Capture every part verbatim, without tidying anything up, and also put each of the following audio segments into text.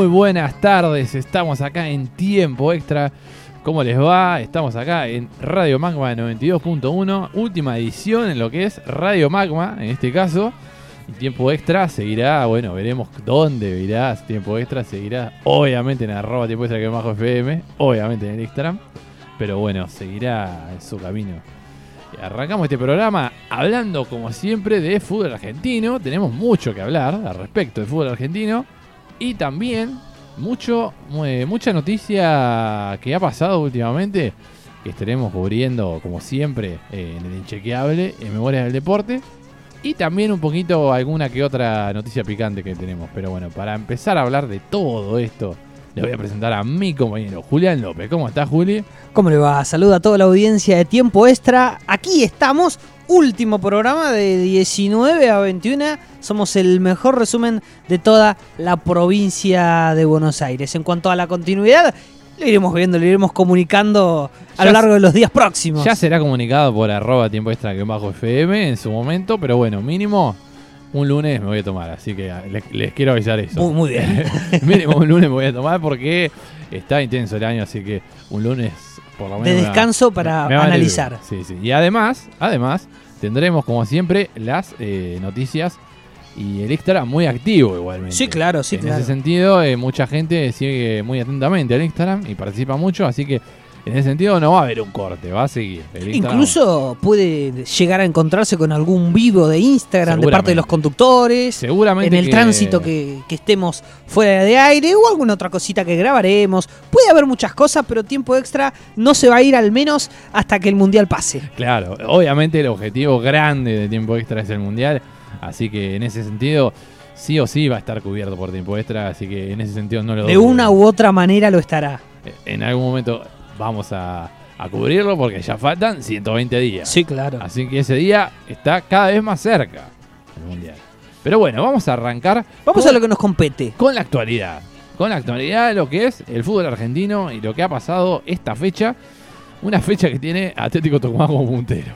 Muy buenas tardes, estamos acá en Tiempo Extra. ¿Cómo les va? Estamos acá en Radio Magma noventa y dos punto uno, última edición en lo que es Radio Magma, en este caso. Y Tiempo Extra seguirá, bueno, veremos dónde irá Tiempo Extra, seguirá obviamente en arroba Tiempo Extra que bajo F M, obviamente en el Instagram, pero bueno, seguirá en su camino. Arrancamos este programa hablando como siempre de fútbol argentino, tenemos mucho que hablar al respecto de fútbol argentino y también mucho, mucha noticia que ha pasado últimamente que estaremos cubriendo como siempre en el Inchequeable, en Memorias del Deporte. Y también un poquito alguna que otra noticia picante que tenemos. Pero bueno, para empezar a hablar de todo esto, le voy a presentar a mi compañero Julián López. ¿Cómo estás, Juli? ¿Cómo le va? Saluda a toda la audiencia de Tiempo Extra. Aquí estamos, último programa de diecinueve a veintiuno. Somos el mejor resumen de toda la provincia de Buenos Aires. En cuanto a la continuidad, lo iremos viendo, lo iremos comunicando a ya lo largo de los días próximos. Ya será comunicado por arroba Tiempo Extra que bajo F M en su momento, pero bueno, mínimo un lunes me voy a tomar, así que les, les quiero avisar eso. Muy, muy bien. Mínimo un lunes me voy a tomar porque está intenso el año, así que un lunes por lo menos de descanso me, para me analizar. Sí, sí. Y además, además tendremos como siempre las eh, noticias y el Instagram muy activo igualmente. Sí, claro, sí, en claro. En ese sentido, eh, mucha gente sigue muy atentamente al Instagram y participa mucho, así que en ese sentido no va a haber un corte, va a seguir. El Incluso puede llegar a encontrarse con algún vivo de Instagram de parte de los conductores. Seguramente. En el que... tránsito que, que estemos fuera de aire o alguna otra cosita que grabaremos. Puede haber muchas cosas, pero Tiempo Extra no se va a ir al menos hasta que el Mundial pase. Claro, obviamente el objetivo grande de Tiempo Extra es el Mundial, así que en ese sentido sí o sí va a estar cubierto por Tiempo Extra, así que en ese sentido no lo De una u otra manera lo estará. En algún momento vamos a, a cubrirlo porque ya faltan ciento veinte días. Sí, claro. Así que ese día está cada vez más cerca el Mundial. Pero bueno, vamos a arrancar. Vamos con, a lo que nos compete. Con la actualidad. Con la actualidad de lo que es el fútbol argentino y lo que ha pasado esta fecha. Una fecha que tiene Atlético Tucumán como puntero.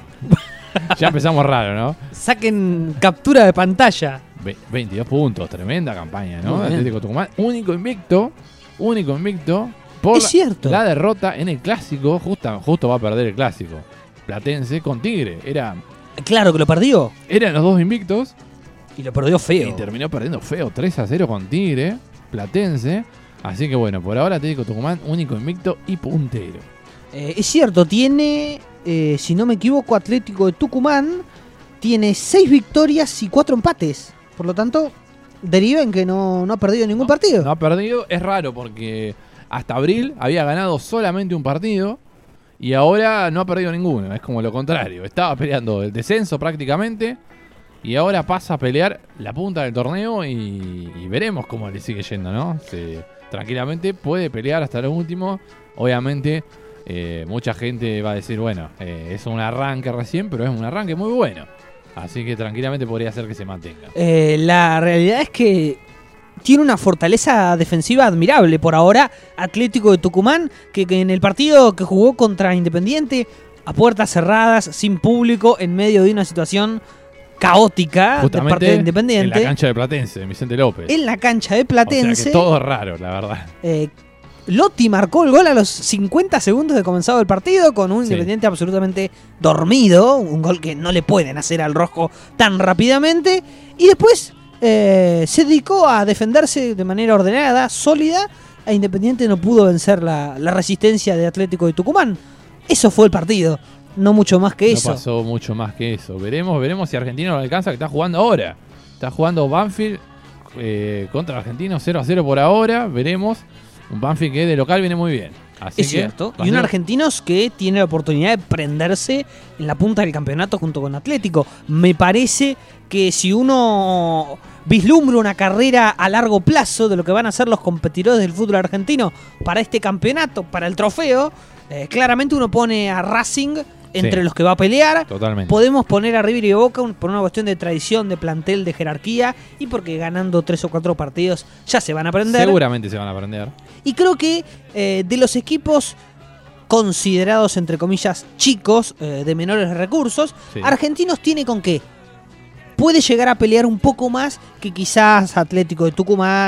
Ya empezamos raro, ¿no? Saquen captura de pantalla. Ve- veintidós puntos, tremenda campaña, ¿no? Atlético Tucumán, único invicto, único invicto. Por es cierto. La derrota en el clásico, justo, justo va a perder el clásico. Platense con Tigre. Era, claro que lo perdió. Eran los dos invictos. Y lo perdió feo. Y terminó perdiendo feo, tres a cero con Tigre, Platense. Así que bueno, por ahora Atlético Tucumán, único invicto y puntero. Eh, es cierto, tiene, eh, si no me equivoco, Atlético de Tucumán tiene seis victorias y cuatro empates. Por lo tanto, deriva en que no, no ha perdido ningún no, partido. No ha perdido, es raro porque hasta abril había ganado solamente un partido y ahora no ha perdido ninguno, es como lo contrario. Estaba peleando el descenso prácticamente y ahora pasa a pelear la punta del torneo y, y veremos cómo le sigue yendo, ¿no? Se, tranquilamente puede pelear hasta lo último. Obviamente eh, mucha gente va a decir, bueno, eh, es un arranque recién, pero es un arranque muy bueno. Así que tranquilamente podría ser que se mantenga. Eh, la realidad es que tiene una fortaleza defensiva admirable por ahora. Atlético de Tucumán, que, que en el partido que jugó contra Independiente, a puertas cerradas, sin público, en medio de una situación caótica justamente de parte de Independiente. En la cancha de Platense, de Vicente López. En la cancha de Platense. O sea que todo raro, la verdad. Eh, Lotti marcó el gol a los cincuenta segundos de comenzado el partido con un sí. Independiente absolutamente dormido. Un gol que no le pueden hacer al rojo tan rápidamente. Y después eh, se dedicó a defenderse de manera ordenada, sólida. E Independiente no pudo vencer la, la resistencia de Atlético de Tucumán. Eso fue el partido. No mucho más que no eso. No pasó mucho más que eso. Veremos, veremos si Argentino lo alcanza, que está jugando ahora. Está jugando Banfield eh, contra Argentino cero a cero por ahora. Veremos. Un Banfield que de local viene muy bien. Así es que, cierto. Y un Argentinos que tiene la oportunidad de prenderse en la punta del campeonato junto con Atlético. Me parece que si uno vislumbra una carrera a largo plazo de lo que van a ser los competidores del fútbol argentino para este campeonato, para el trofeo, eh, claramente uno pone a Racing entre sí. los que va a pelear. Totalmente. Podemos poner a River y Boca un, por una cuestión de tradición, de plantel, de jerarquía y porque ganando tres o cuatro partidos ya se van a aprender. Seguramente se van a aprender. Y creo que eh, de los equipos considerados, entre comillas, chicos, eh, de menores recursos, sí. Argentinos tiene con qué. Puede llegar a pelear un poco más que quizás Atlético de Tucumán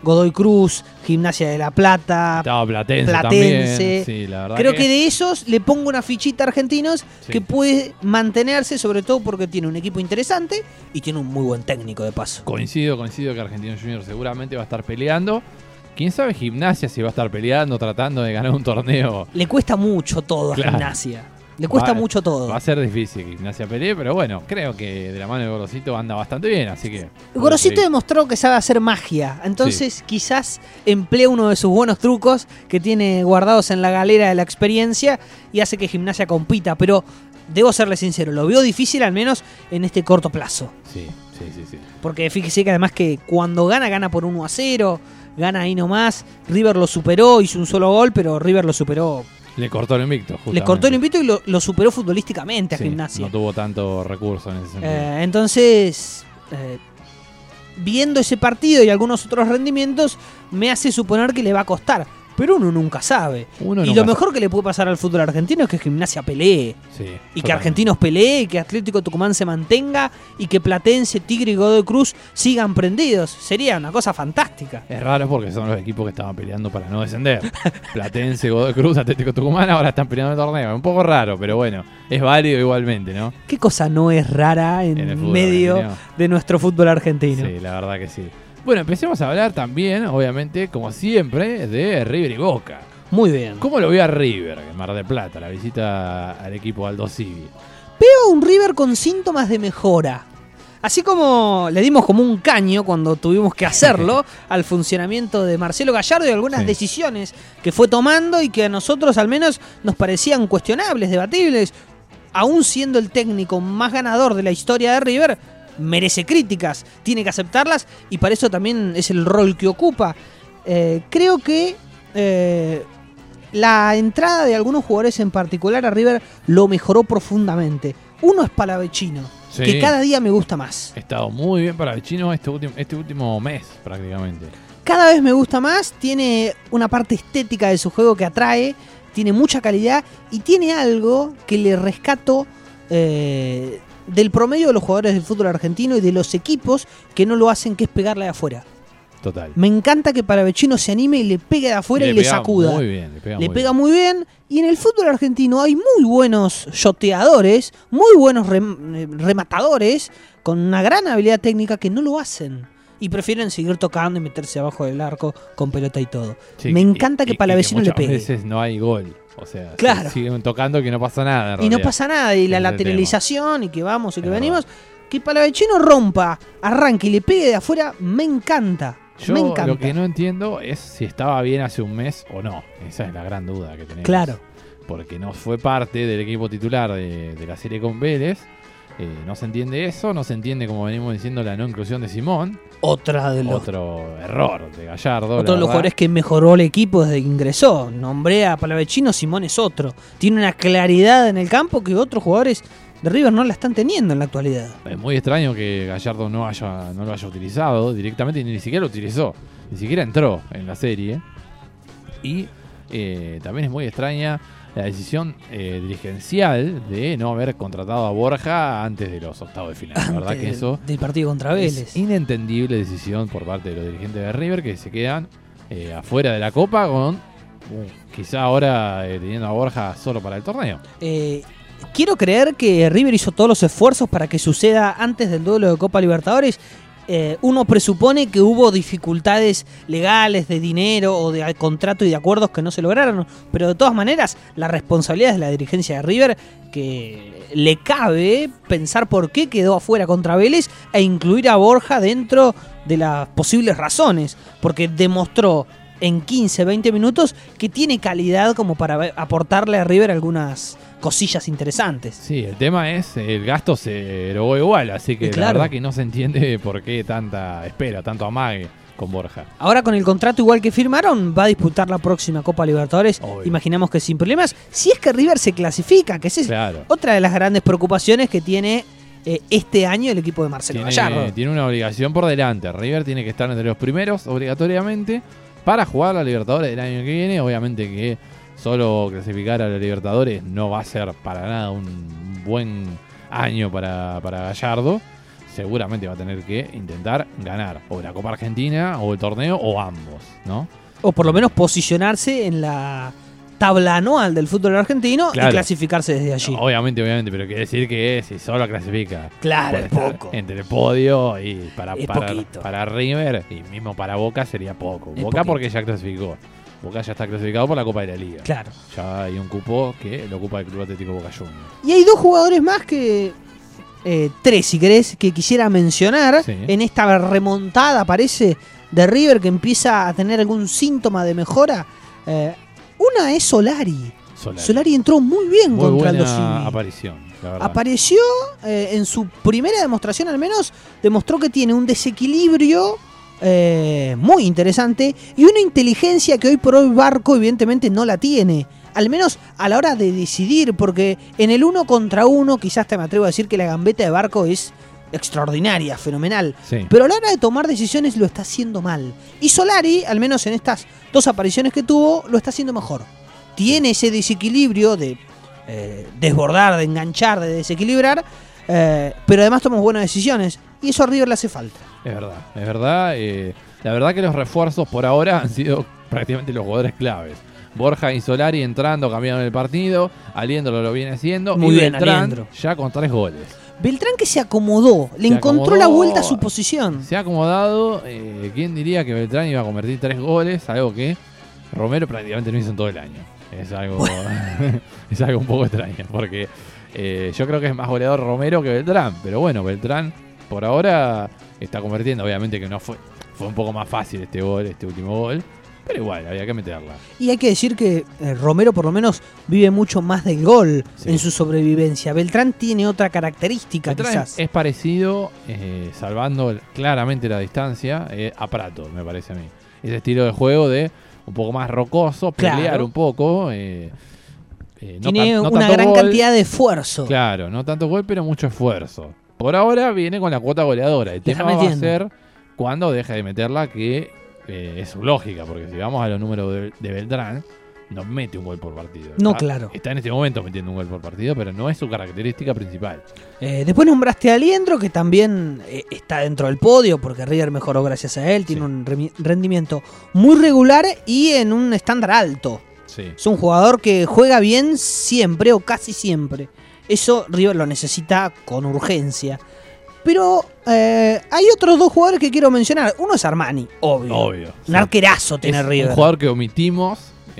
Godoy Cruz, Gimnasia de La Plata, Estaba Platense, Platense. también. Sí, la verdad Creo que... que de esos le pongo una fichita a Argentinos Sí. que puede mantenerse, sobre todo porque tiene un equipo interesante y tiene un muy buen técnico de paso. Coincido, coincido que Argentinos Juniors seguramente va a estar peleando. Quién sabe Gimnasia si va a estar peleando, tratando de ganar un torneo. Le cuesta mucho todo a Claro. Gimnasia. Le cuesta Va- mucho todo. Va a ser difícil que Gimnasia pelee, pero bueno, creo que de la mano de Gorosito anda bastante bien, así que... Gorosito Sí. demostró que sabe hacer magia, entonces quizás emplea uno de sus buenos trucos que tiene guardados en la galera de la experiencia y hace que Gimnasia compita, pero debo serle sincero, lo veo difícil al menos en este corto plazo. Sí, sí, sí, sí. Porque fíjese que además que cuando gana, gana por uno a cero, gana ahí nomás, River lo superó, hizo un solo gol, pero River lo superó, Le cortó el invicto, le justamente. cortó el invicto y lo, lo superó futbolísticamente a Sí, Gimnasia. no tuvo tanto recurso en ese sentido. Eh, entonces, eh, viendo ese partido y algunos otros rendimientos, me hace suponer que le va a costar. Pero uno nunca sabe. Uno y nunca lo mejor que le puede pasar al fútbol argentino es que Gimnasia pelee. Sí, Y que totalmente. Argentinos pelee, y que Atlético Tucumán se mantenga, y que Platense, Tigre y Godoy Cruz sigan prendidos. Sería una cosa fantástica. Es raro porque son los equipos que estaban peleando para no descender. Platense, Godoy Cruz, Atlético Tucumán ahora están peleando el torneo. Un poco raro, pero bueno, es válido igualmente, ¿no? ¿Qué cosa no es rara en, En el fútbol medio argentino. de nuestro fútbol argentino? Sí, la verdad que sí. Bueno, empecemos a hablar también, obviamente, como siempre, de River y Boca. Muy bien. ¿Cómo lo vio a River en Mar del Plata, la visita al equipo Aldo Civi? Veo un River con síntomas de mejora. Así como le dimos como un caño cuando tuvimos que hacerlo al funcionamiento de Marcelo Gallardo y algunas Sí. decisiones que fue tomando y que a nosotros al menos nos parecían cuestionables, debatibles, aún siendo el técnico más ganador de la historia de River, merece críticas, tiene que aceptarlas y para eso también es el rol que ocupa. Eh, creo que eh, la entrada de algunos jugadores en particular a River lo mejoró profundamente. Uno es Palavecino, Sí. que cada día me gusta más. Ha estado muy bien para el chino este último, este último mes, prácticamente. Cada vez me gusta más, tiene una parte estética de su juego que atrae, tiene mucha calidad y tiene algo que le rescato eh, del promedio de los jugadores del fútbol argentino y de los equipos que no lo hacen, que es pegarle de afuera. Total. Me encanta que Palavecino se anime y le pegue de afuera y le, pega sacuda. Muy bien, le pega Le muy pega bien. muy bien. Y en el fútbol argentino hay muy buenos shoteadores, muy buenos rem- eh, rematadores, con una gran habilidad técnica que no lo hacen. Y prefieren seguir tocando y meterse abajo del arco con pelota y todo. Sí, Me y- encanta y- que y Palavecino le muchas pegue. veces no hay gol. O sea, se Claro. siguen tocando que no pasa nada. en Y no realidad. pasa nada. Y la Ese es el lateralización y que vamos y que Es venimos. Que Palavecino rompa, arranque y le pegue de afuera, me encanta. Yo me encanta. lo que no entiendo es si estaba bien hace un mes o no. Esa es la gran duda que tenemos. Claro. Porque no fue parte del equipo titular de, de la serie con Vélez. Eh, no se entiende eso. No se entiende, como venimos diciendo, la no inclusión de Simón. Otra de los Otro error de Gallardo. Otro de la los verdad. jugadores que mejoró el equipo desde que ingresó. Nombré a Palavecino, Simón es otro. Tiene una claridad en el campo que otros jugadores de River no la están teniendo en la actualidad. Es muy extraño que Gallardo no, haya, no lo haya utilizado directamente, ni siquiera lo utilizó, ni siquiera entró en la serie. Y eh, también es muy extraña la decisión eh, dirigencial de no haber contratado a Borja antes de los octavos de final. La verdad Antes que del- eso del partido contra Vélez. es inentendible decisión por parte de los dirigentes de River, que se quedan eh, afuera de la Copa con uh, quizá ahora eh, teniendo a Borja solo para el torneo. Eh, quiero creer que River hizo todos los esfuerzos para que suceda antes del duelo de Copa Libertadores. Eh, uno presupone que hubo dificultades legales, de dinero o de contrato y de acuerdos que no se lograron, pero de todas maneras la responsabilidad es de la dirigencia de River, que le cabe pensar por qué quedó afuera contra Vélez e incluir a Borja dentro de las posibles razones, porque demostró en quince, veinte minutos que tiene calidad como para aportarle a River algunas cosillas interesantes. Sí, el tema es, el gasto se erogó igual, así que Y claro. la verdad que no se entiende por qué tanta espera, tanto amague con Borja. Ahora con el contrato igual que firmaron, va a disputar la próxima Copa Libertadores, Obvio. imaginamos que sin problemas, si es que River se clasifica, que esa es Claro. otra de las grandes preocupaciones que tiene eh, este año el equipo de Marcelo Gallardo. Tiene, tiene una obligación por delante. River tiene que estar entre los primeros obligatoriamente para jugar la Libertadores del año que viene. Obviamente que solo clasificar a la Libertadores no va a ser para nada un buen año para, para Gallardo. seguramente va a tener que intentar ganar o la Copa Argentina o el torneo o ambos, ¿no? O por lo menos posicionarse en la tabla anual del fútbol argentino, claro, y clasificarse desde allí. Obviamente, obviamente, pero quiere decir que si solo clasifica, claro, es poco. Entre el podio y para, para, poquito. para River y mismo para Boca sería poco. Es Boca poquito. Porque ya clasificó. Boca ya está clasificado por la Copa de la Liga. Claro. Ya hay un cupo que lo ocupa el Club Atlético Boca Juniors. Y hay dos jugadores más que... Eh, tres, si querés, que quisiera mencionar, sí, en esta remontada, parece, de River, que empieza a tener algún síntoma de mejora. Eh, una es Solari. Solari. Solari entró muy bien muy contra buena el Dosini. aparición, la verdad. Apareció eh, en su primera demostración, al menos, demostró que tiene un desequilibrio eh, muy interesante y una inteligencia que hoy por hoy Barco evidentemente no la tiene. Al menos a la hora de decidir, porque en el uno contra uno quizás te me atrevo a decir que la gambeta de Barco es extraordinaria, fenomenal. Sí. Pero a la hora de tomar decisiones lo está haciendo mal. Y Solari, al menos en estas dos apariciones que tuvo, lo está haciendo mejor. Tiene ese desequilibrio de eh, desbordar, de enganchar, de desequilibrar, eh, pero además toma buenas decisiones. Y eso a River le hace falta. Es verdad, es verdad. Eh, la verdad que los refuerzos por ahora han sido prácticamente los jugadores claves. Borja y Solari entrando, cambiando el partido. Aliendro lo viene haciendo. Muy y bien, Beltrán Aliendro. Ya con tres goles. Beltrán que se acomodó, le se encontró acomodó, la vuelta a su posición. Se ha acomodado. Eh, ¿Quién diría que Beltrán iba a convertir tres goles? Algo que Romero prácticamente no hizo en todo el año. Es algo, bueno. es algo un poco extraño. Porque eh, yo creo que es más goleador Romero que Beltrán. Pero bueno, Beltrán por ahora está convirtiendo. Obviamente que no fue, fue un poco más fácil este gol, este último gol. Pero igual, había que meterla. Y hay que decir que eh, Romero por lo menos vive mucho más del gol, sí, en su sobrevivencia. Beltrán tiene otra característica, Beltrán quizás. Es, es parecido, eh, salvando claramente la distancia, eh, a Prato, me parece a mí. Ese estilo de juego de un poco más rocoso, pelear claro. un poco. Eh, eh, no tiene tan, no una gran gol, cantidad de esfuerzo. Claro, no tanto gol, pero mucho esfuerzo. Por ahora viene con la cuota goleadora. El tema va a ser cuando deja de meterla, que... Eh, es su lógica, porque si vamos a los números de, de Beltrán, no mete un gol por partido. No, está, claro. Está en este momento metiendo un gol por partido, pero no es su característica principal. Eh, después nombraste a Aliendro, que también eh, está dentro del podio, porque River mejoró gracias a él. Tiene sí. un re- rendimiento muy regular y en un estándar alto. Sí. Es un jugador que juega bien siempre o casi siempre. Eso River lo necesita con urgencia. Pero eh, hay otros dos jugadores que quiero mencionar. Uno es Armani, obvio. Obvio. Un sí. arquerazo tiene es River. Un jugador que omitimos,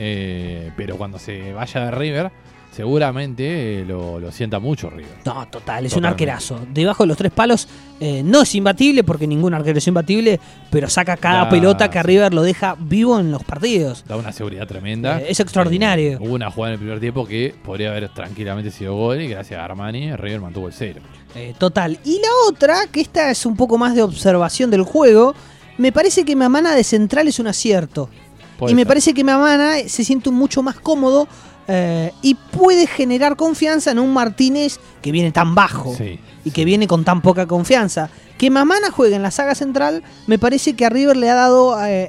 eh, pero cuando se vaya de River, seguramente eh, lo, lo sienta mucho River. No, total, es Totalmente. un arquerazo. Debajo de los tres palos eh, no es imbatible, porque ningún arquero es imbatible, pero saca cada da, pelota que a sí. River lo deja vivo en los partidos. Da una seguridad tremenda. Eh, es extraordinario. Eh, hubo una jugada en el primer tiempo que podría haber tranquilamente sido gol y gracias a Armani River mantuvo el cero. Eh, total. Y la otra, que esta es un poco más de observación del juego, me parece que Mamana de central es un acierto. Puede y me ser. parece que Mamana se siente mucho más cómodo eh, y puede generar confianza en un Martínez que viene tan bajo Sí, y sí. que viene con tan poca confianza. Que Mamana juegue en la saga central, me parece que a River le ha dado eh,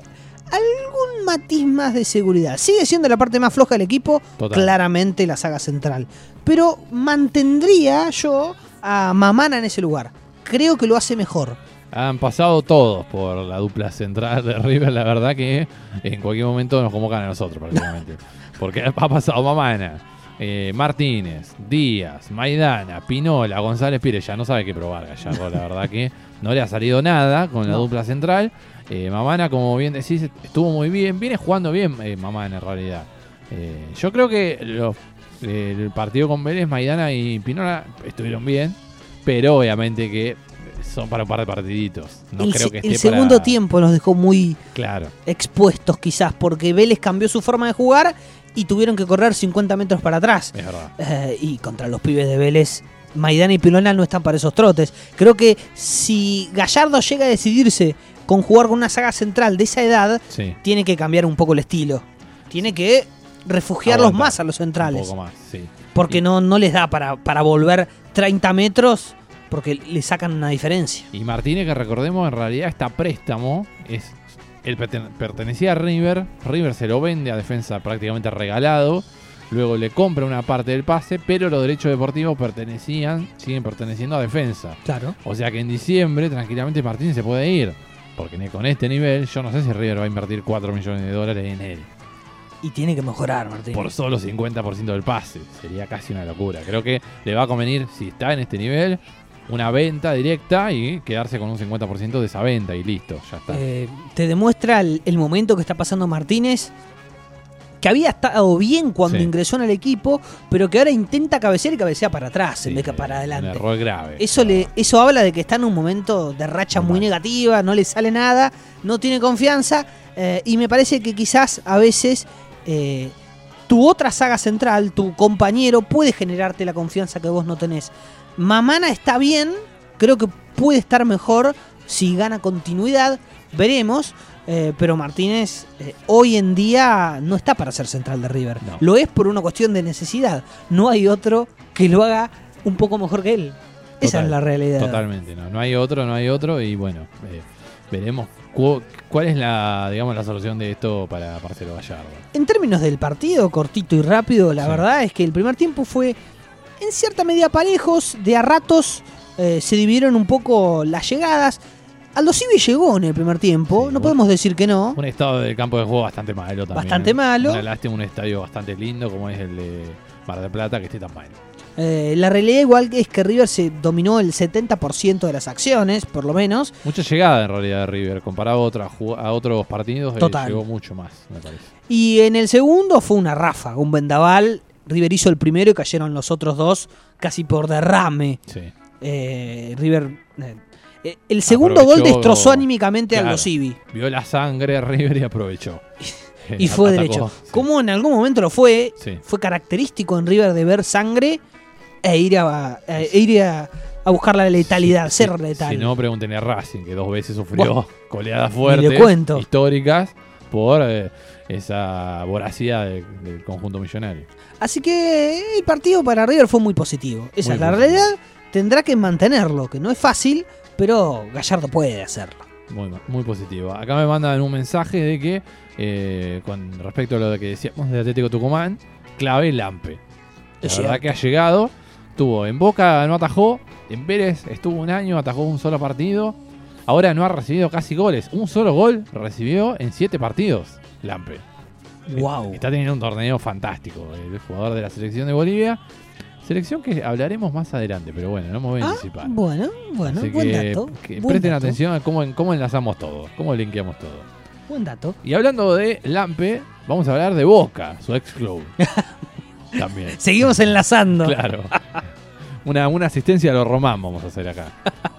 algún matiz más de seguridad. Sigue siendo la parte más floja del equipo, Total. claramente la saga central. Pero mantendría yo a Mamana en ese lugar. Creo que lo hace mejor. Han pasado todos por la dupla central de River, la verdad que en cualquier momento nos convocan a nosotros prácticamente. Porque ha pasado Mamana, eh, Martínez, Díaz, Maidana, Pinola, González Pires, ya no sabe qué probar Gallardo, la verdad que no le ha salido nada con la No. dupla central. Eh, Mamana, como bien decís, estuvo muy bien, viene jugando bien eh, Mamana en realidad. Eh, yo creo que los, eh, el partido con Vélez, Maidana y Pinola estuvieron bien, pero obviamente que son para un par de partiditos. No el creo se- que el esté segundo para... tiempo nos dejó muy Claro. expuestos quizás, porque Vélez cambió su forma de jugar y tuvieron que correr cincuenta metros para atrás. Es verdad. Eh, y contra los pibes de Vélez, Maidana y Pinola no están para esos trotes. Creo que si Gallardo llega a decidirse con jugar con una saga central de esa edad, Sí. tiene que cambiar un poco el estilo. Tiene que refugiarlos Aguantar más a los centrales. Un poco más, sí. Porque Y- no, no les da para, para volver treinta metros, porque le sacan una diferencia. Y Martínez, que recordemos, en realidad está préstamo. Es, él perten- pertenecía a River. River se lo vende a Defensa prácticamente regalado. luego le compra una parte del pase, pero los derechos deportivos pertenecían, siguen perteneciendo a Defensa. Claro. O sea que en diciembre tranquilamente Martínez se puede ir, porque con este nivel yo no sé si River va a invertir cuatro millones de dólares en él. Y tiene que mejorar, Martínez. Por solo cincuenta por ciento del pase. Sería casi una locura. Creo que le va a convenir, si está en este nivel, una venta directa y quedarse con un cincuenta por ciento de esa venta y listo, ya está. Eh, te demuestra el, el momento que está pasando Martínez, que había estado bien cuando Sí. ingresó en el equipo, pero que ahora intenta cabecear y cabecea para atrás Sí, en vez que para adelante. Un error grave. Eso, le, eso habla de que está en un momento de racha muy, Muy mal. negativa, no le sale nada, no tiene confianza, eh, y me parece que quizás a veces eh, tu otra saga central, tu compañero, puede generarte la confianza que vos no tenés. Mamana está bien, creo que puede estar mejor si gana continuidad, veremos, eh, pero Martínez eh, hoy en día no está para ser central de River. No. Lo es por una cuestión de necesidad, no hay otro que lo haga un poco mejor que él. Esa Total, es la realidad. Totalmente, no, no hay otro, no hay otro y bueno, eh, veremos cu- cuál es la, digamos, la solución de esto para Marcelo Gallardo. En términos del partido, cortito y rápido, la Sí. verdad es que el primer tiempo fue en cierta medida parejos, de a ratos eh, se dividieron un poco las llegadas. Aldo Civi llegó en el primer tiempo, Sí, no bueno. podemos decir que no. Un estado del campo de juego bastante malo también. Bastante malo. Una lástima, un estadio bastante lindo como es el de Mar del Plata que esté tan malo. Eh, la realidad igual es que River se dominó el setenta por ciento de las acciones, por lo menos. Mucha llegada en realidad de River, comparado a, otras jug- a otros partidos, eh, Total. llegó mucho más, me parece. Y en el segundo fue una ráfaga, un vendaval. River hizo el primero y cayeron los otros dos casi por derrame. Sí. Eh, River... eh, eh, el segundo Aprovechó, gol destrozó anímicamente a claro. Aldo Civi. Vio la sangre River y aprovechó. Y fue Atacó, derecho. sí. Como en algún momento lo fue, Sí. fue característico en River de ver sangre e ir a, e ir a, a buscar la letalidad, Sí, ser sí. letal. Si no, pregúntenle a Racing, que dos veces sufrió Buah. goleadas Ni fuertes, le cuento. históricas, por eh, esa voracidad de- del conjunto millonario. Así que el partido para River fue muy positivo. Esa Muy es la positivo. realidad. Tendrá que mantenerlo, que no es fácil, pero Gallardo puede hacerlo. Muy, muy positivo. Acá me mandan un mensaje de que, eh, con respecto a lo que decíamos de Atlético Tucumán, clave Lampe. La Es verdad cierto. que ha llegado, tuvo en Boca, no atajó, en Vélez estuvo un año, atajó un solo partido, ahora no ha recibido casi goles, un solo gol recibió en siete partidos Lampe. Wow. Está teniendo un torneo fantástico, el jugador de la selección de Bolivia, selección que hablaremos más adelante, pero bueno, no me voy a Ah, anticipar. bueno, bueno, Así buen que, dato. que buen presten dato, atención a cómo, en- cómo enlazamos todo, cómo linkeamos todo. Buen dato. Y hablando de Lampe, vamos a hablar de Boca, su ex club. También. Seguimos enlazando. Claro. Una, una asistencia a los Román vamos a hacer acá.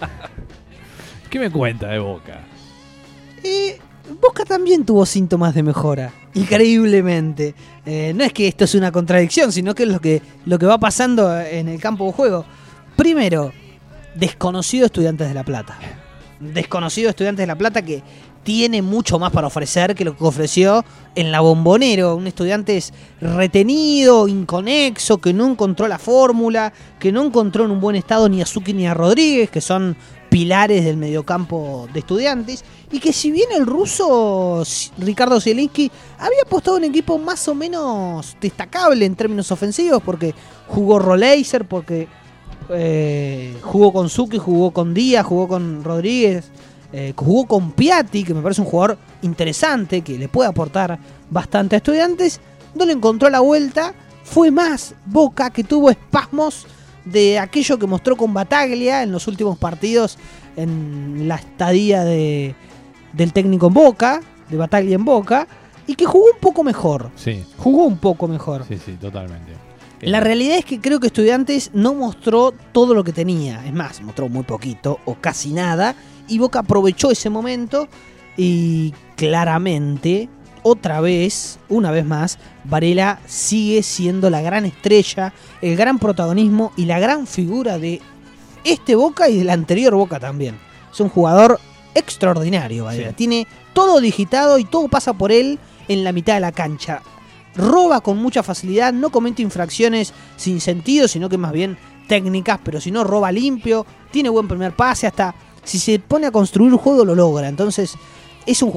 ¿Qué me cuenta de Boca? Eh, Boca también tuvo síntomas de mejora, increíblemente. Eh, no es que esto es una contradicción, sino que es lo que, lo que va pasando en el campo de juego. Primero, desconocido Estudiantes de La Plata. Desconocido Estudiantes de La Plata que tiene mucho más para ofrecer que lo que ofreció en la Bombonero. Un Estudiantes retenido, inconexo, que no encontró la fórmula, que no encontró en un buen estado ni a Zucchi ni a Rodríguez, que son pilares del mediocampo de Estudiantes, y que si bien el ruso Ricardo Zielinski había apostado un equipo más o menos destacable en términos ofensivos, porque jugó Roleiser, porque eh, jugó con Zucchi, jugó con Díaz, jugó con Rodríguez, eh, jugó con Piatti, que me parece un jugador interesante, que le puede aportar bastante a Estudiantes, no le encontró la vuelta. Fue más Boca, que tuvo espasmos de aquello que mostró con Bataglia en los últimos partidos en la estadía de, del técnico en Boca, de Bataglia en Boca, y que jugó un poco mejor. Sí, Jugó un poco mejor. sí, sí, totalmente. La Eh, realidad es que creo que Estudiantes no mostró todo lo que tenía. Es más, mostró muy poquito o casi nada. Y Boca aprovechó ese momento y claramente, otra vez, una vez más, Varela sigue siendo la gran estrella, el gran protagonismo y la gran figura de este Boca y del anterior Boca también. Es un jugador extraordinario, Varela. Sí. Tiene todo digitado y todo pasa por él en la mitad de la cancha. Roba con mucha facilidad, no comete infracciones sin sentido, sino que más bien técnicas, pero si no roba limpio, tiene buen primer pase, hasta si se pone a construir un juego lo logra. Entonces es un jugador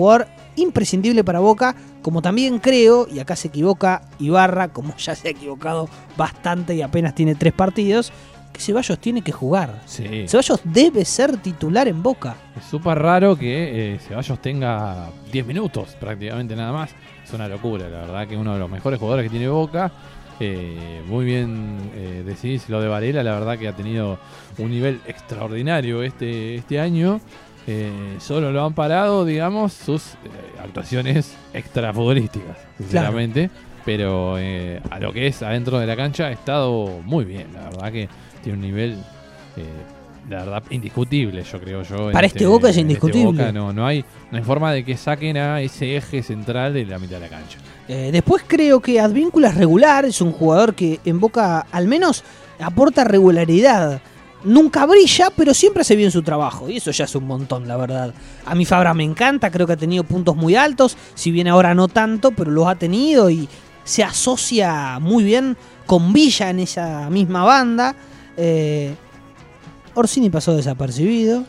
imprescindible para Boca, como también creo, y acá se equivoca Ibarra, como ya se ha equivocado bastante y apenas tiene tres partidos, que Ceballos tiene que jugar. Sí. Ceballos debe ser titular en Boca. Es súper raro que eh, Ceballos tenga diez minutos prácticamente nada más. Es una locura, la verdad que uno de los mejores jugadores que tiene Boca. Eh, muy bien eh, decís lo de Varela, la verdad que ha tenido un nivel extraordinario este, este año. Eh, solo lo han parado, digamos, sus eh, actuaciones extrafutbolísticas, sinceramente. Claro. Pero eh, a lo que es adentro de la cancha ha estado muy bien, la verdad que tiene un nivel, eh, la verdad, indiscutible, yo creo yo. Para este, este Boca es indiscutible. Este Boca no, no, hay, no hay forma de que saquen a ese eje central de la mitad de la cancha. Eh, después creo que Advíncula es regular, es un jugador que en Boca al menos aporta regularidad. Nunca brilla, pero siempre hace bien su trabajo. Y eso ya es un montón, la verdad. A mí Fabra me encanta, creo que ha tenido puntos muy altos. Si bien ahora no tanto, pero los ha tenido y se asocia muy bien con Villa en esa misma banda. Eh, Orsini pasó desapercibido.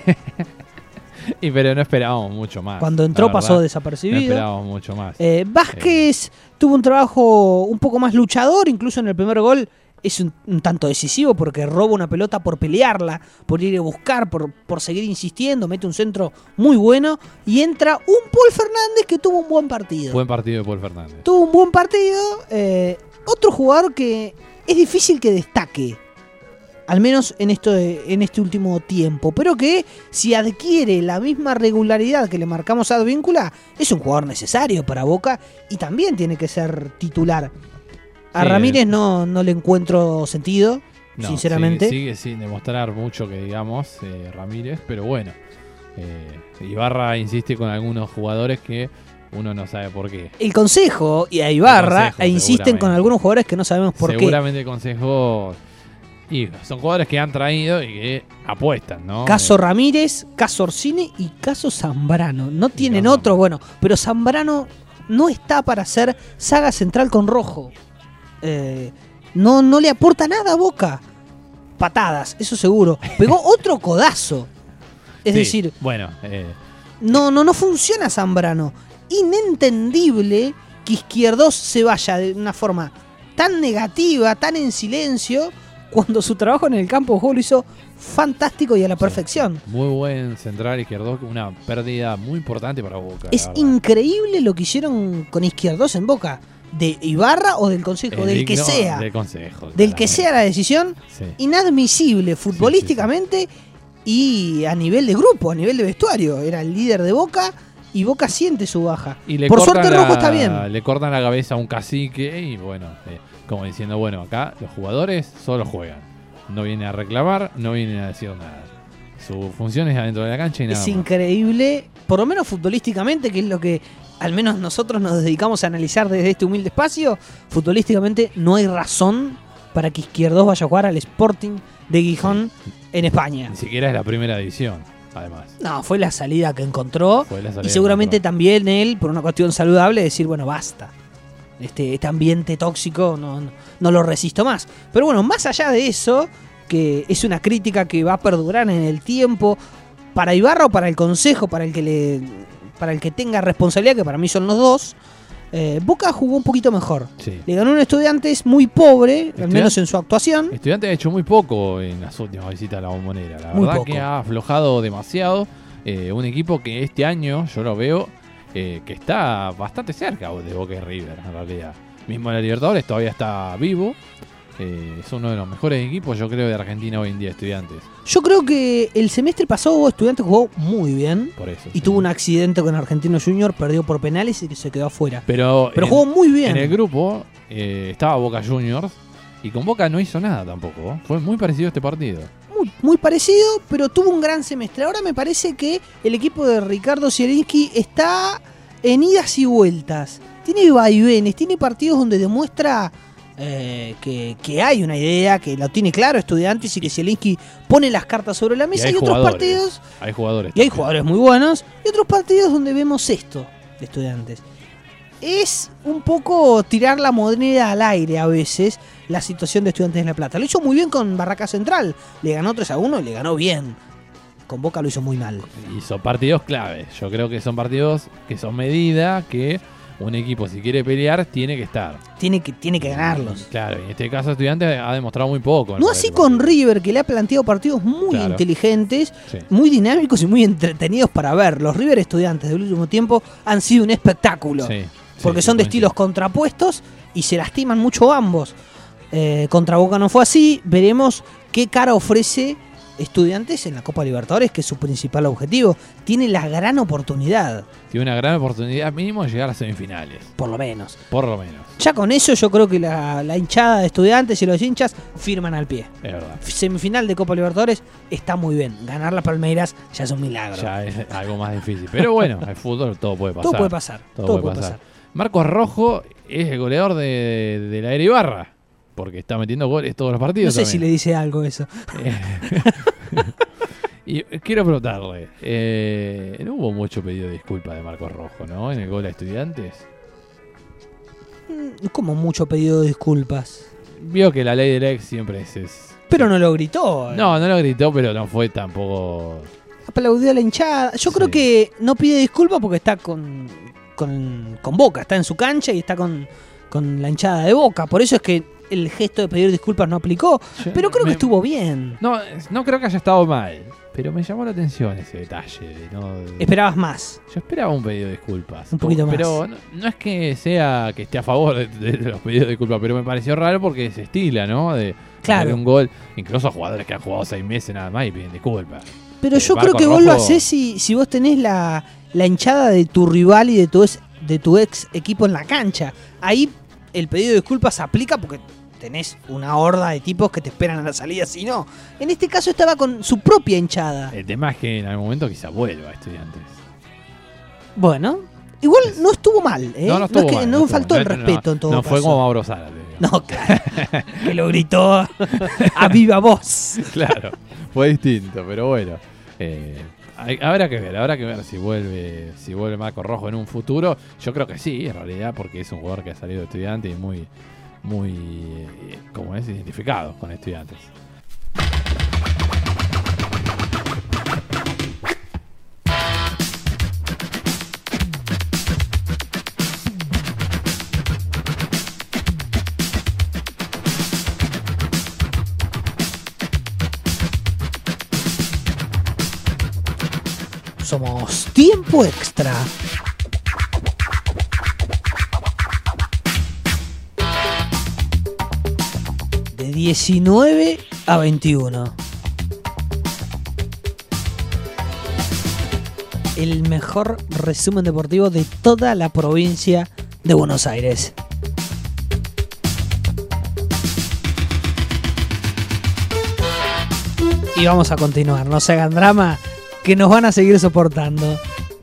Y pero no esperábamos mucho más. Cuando entró pasó desapercibido. No esperábamos mucho más. Eh, Vázquez eh. tuvo un trabajo un poco más luchador, incluso en el primer gol. Es un, un tanto decisivo porque roba una pelota por pelearla, por ir a buscar, por, por seguir insistiendo, mete un centro muy bueno y entra un Paul Fernández que tuvo un buen partido. Buen partido de Paul Fernández. Tuvo un buen partido. Eh, otro jugador que es difícil que destaque, al menos en, esto de, en este último tiempo, pero que si adquiere la misma regularidad que le marcamos a Advíncula, es un jugador necesario para Boca y también tiene que ser titular. A sí, Ramírez no, no le encuentro sentido, no, sinceramente. Sigue, sigue sin demostrar mucho que digamos eh, Ramírez, pero bueno. Eh, Ibarra insiste con algunos jugadores que uno no sabe por qué. El consejo y a Ibarra consejo, insisten con algunos jugadores que no sabemos por seguramente qué. Seguramente el consejo... Y son jugadores que han traído y que apuestan, ¿no? Caso Ramírez, caso Orsini y caso Zambrano. No tienen no, otro, bueno, pero Zambrano no está para ser saga central con Rojo. Eh, no, no le aporta nada a Boca. Patadas, eso seguro. Pegó otro codazo. Es sí, decir, bueno, eh, no, no, no funciona Zambrano. Inentendible que Izquierdos se vaya de una forma tan negativa, tan en silencio, cuando su trabajo en el campo de juego lo hizo fantástico y a la perfección. Sí, muy buen central Izquierdos, una pérdida muy importante para Boca. Es increíble lo que hicieron con Izquierdos en Boca. De Ibarra o del consejo, el del digno, que sea. Del consejo. Del claramente. que sea la decisión, sí. Inadmisible futbolísticamente sí, sí, sí. Y a nivel de grupo, a nivel de vestuario. Era el líder de Boca y Boca siente su baja. Y le Por suerte la, Rojo está bien. Le cortan la cabeza a un cacique y bueno, eh, como diciendo, bueno, acá los jugadores solo juegan. No vienen a reclamar, no vienen a decir nada. Su función es adentro de la cancha y nada Es más. Increíble, por lo menos futbolísticamente, que es lo que al menos nosotros nos dedicamos a analizar desde este humilde espacio. Futbolísticamente no hay razón para que Izquierdos vaya a jugar al Sporting de Gijón sí. en España. Ni siquiera es la primera división, además. No, fue la salida que encontró. Fue la salida y seguramente encontró. También él, por una cuestión saludable, decir, bueno, basta. Este, este ambiente tóxico no, no, no lo resisto más. Pero bueno, más allá de eso, que es una crítica que va a perdurar en el tiempo, para Ibarra o para el consejo, para el que le... para el que tenga responsabilidad, que para mí son los dos, eh, Boca jugó un poquito mejor. Sí. Le ganó un Estudiantes muy pobre, al menos en su actuación. Estudiantes ha hecho muy poco en las últimas visitas a la Bombonera. La muy verdad poco. Que ha aflojado demasiado. Eh, un equipo que este año, yo lo veo, eh, que está bastante cerca de Boca y River, en realidad. Mismo en la Libertadores todavía está vivo. Eh, es uno de los mejores equipos, yo creo, de Argentina hoy en día, Estudiantes. Yo creo que el semestre pasado Estudiantes jugó muy bien. Por eso, y sí. tuvo un accidente con Argentino Junior, perdió por penales y que se quedó afuera. Pero, Pero en, jugó muy bien. En el grupo eh, estaba Boca Juniors y con Boca no hizo nada tampoco. Fue muy parecido este partido. Muy, muy parecido, pero tuvo un gran semestre. Ahora me parece que el equipo de Ricardo Zielinski está en idas y vueltas. Tiene vaivenes, tiene partidos donde demuestra... Eh, que, que hay una idea, que lo tiene claro Estudiantes y que Zielinski pone las cartas sobre la mesa. Y, y otros partidos hay jugadores y hay jugadores muy buenos y otros partidos donde vemos esto de Estudiantes. Es un poco tirar la moneda al aire a veces la situación de Estudiantes de La Plata. Lo hizo muy bien con Barraca Central, le ganó tres a uno y le ganó bien. con Boca lo hizo muy mal. Y son partidos clave. Yo creo que son partidos que son medida que un equipo, si quiere pelear, tiene que estar. Tiene que, tiene que ganarlos. Claro, en este caso Estudiantes ha demostrado muy poco. No así con River, que le ha planteado partidos muy claro. inteligentes, sí. muy dinámicos y muy entretenidos para ver. Los River Estudiantes del último tiempo han sido un espectáculo. Sí, porque sí, son de estilos contrapuestos y se lastiman mucho ambos. Eh, contra Boca no fue así. Veremos qué cara ofrece Estudiantes en la Copa Libertadores, que es su principal objetivo. Tiene la gran oportunidad. Tiene una gran oportunidad mínimo de llegar a semifinales. Por lo menos. Por lo menos. Ya con eso yo creo que la, la hinchada de Estudiantes y los hinchas firman al pie. Es verdad. Semifinal de Copa Libertadores está muy bien. Ganar las Palmeiras ya es un milagro. Ya es algo más difícil. Pero bueno, el fútbol todo puede pasar. Todo puede pasar. Todo, todo puede pasar. pasar. Marcos Rojo es el goleador de, de la Era Ibarra. Porque está metiendo goles todos los partidos. No sé también. si le dice algo eso. Y quiero preguntarle, eh, no hubo mucho pedido de disculpas de Marcos Rojo, ¿no? En el gol a Estudiantes. Como mucho pedido de disculpas. Vio que la ley del ex siempre es... es pero no lo gritó. Eh. No, no lo gritó, pero no fue tampoco... Aplaudió a la hinchada. Yo sí. creo que no pide disculpas porque está con, con, con Boca, está en su cancha y está con, con la hinchada de Boca. Por eso es que el gesto de pedir disculpas no aplicó, yo, pero creo me, que estuvo bien. No, no creo que haya estado mal, pero me llamó la atención ese detalle. De no, de, ¿Esperabas más? Yo esperaba un pedido de disculpas. Un poquito pero, más. Pero no, no es que sea que esté a favor de, de, de los pedidos de disculpas, pero me pareció raro porque se estila, ¿no? De, claro. de un gol, incluso a jugadores que han jugado seis meses nada más y piden disculpas. Pero yo creo que vos lo hacés si, si vos tenés la, la hinchada de tu rival y de tu, ex, de tu ex equipo en la cancha. Ahí el pedido de disculpas se aplica porque tenés una horda de tipos que te esperan a la salida, si no. En este caso estaba con su propia hinchada. El tema es que en algún momento quizá vuelva a Estudiantes. Bueno, igual es... no estuvo mal, ¿eh? No, no, estuvo no es que mal, no no faltó mal. el respeto no, en todo no caso. No fue como Mauro Zárate. No, claro. Que lo gritó a viva voz. Claro, fue distinto, pero bueno. Eh, hay, habrá que ver, habrá que ver si vuelve si vuelve Marco Rojo en un futuro. Yo creo que sí, en realidad, porque es un jugador que ha salido de Estudiantes y muy... muy, eh, como es, identificado con Estudiantes. Somos Tiempo Extra. diecinueve a veintiuno. El mejor resumen deportivo de toda la provincia de Buenos Aires. Y vamos a continuar, no se hagan drama, que nos van a seguir soportando.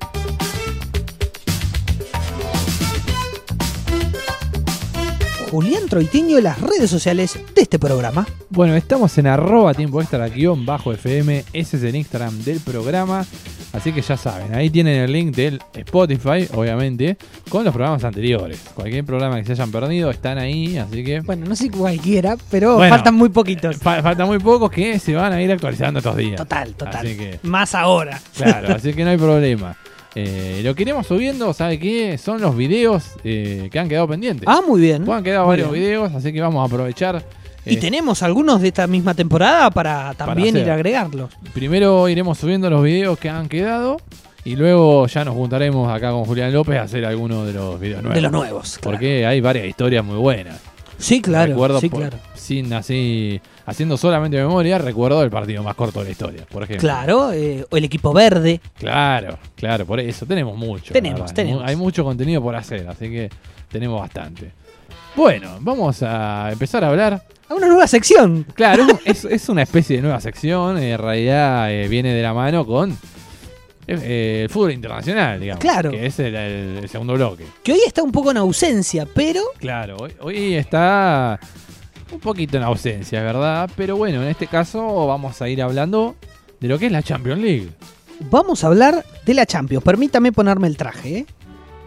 Julián Troitiño y las redes sociales de este programa. Bueno, estamos en arroba tiempo extra guión bajo F M, ese es el Instagram del programa, así que ya saben, ahí tienen el link del Spotify, obviamente, con los programas anteriores. Cualquier programa que se hayan perdido están ahí, así que... Bueno, no sé cualquiera, pero bueno, faltan muy poquitos. Fa- faltan muy pocos que se van a ir actualizando estos días. Total, total. Así que, más ahora. claro, así que no hay problema. Eh, lo que iremos subiendo, ¿sabe qué? Son los videos eh, que han quedado pendientes. Ah, muy bien. Han quedado muy varios bien. videos, así que vamos a aprovechar. Y eh, tenemos algunos de esta misma temporada para también para ir a agregarlos. Primero iremos subiendo los videos que han quedado y luego ya nos juntaremos acá con Julián López a hacer algunos de los videos nuevos. De los nuevos, claro. Porque hay varias historias muy buenas. Sí, claro. Recuerdo sí, por, claro. sin así, haciendo solamente memoria, recuerdo el partido más corto de la historia, por ejemplo. Claro, eh, o el equipo verde. Claro, claro, por eso tenemos mucho. Tenemos, tenemos. Hay mucho contenido por hacer, así que tenemos bastante. Bueno, vamos a empezar a hablar. A una nueva sección. Claro, es, es una especie de nueva sección, en realidad eh, viene de la mano con eh, el fútbol internacional, digamos. Claro. Que es el, el, el segundo bloque. Que hoy está un poco en ausencia, pero... Claro, hoy, hoy está un poquito en ausencia, ¿verdad? Pero bueno, en este caso vamos a ir hablando de lo que es la Champions League. Vamos a hablar de la Champions. Permítame ponerme el traje, ¿eh?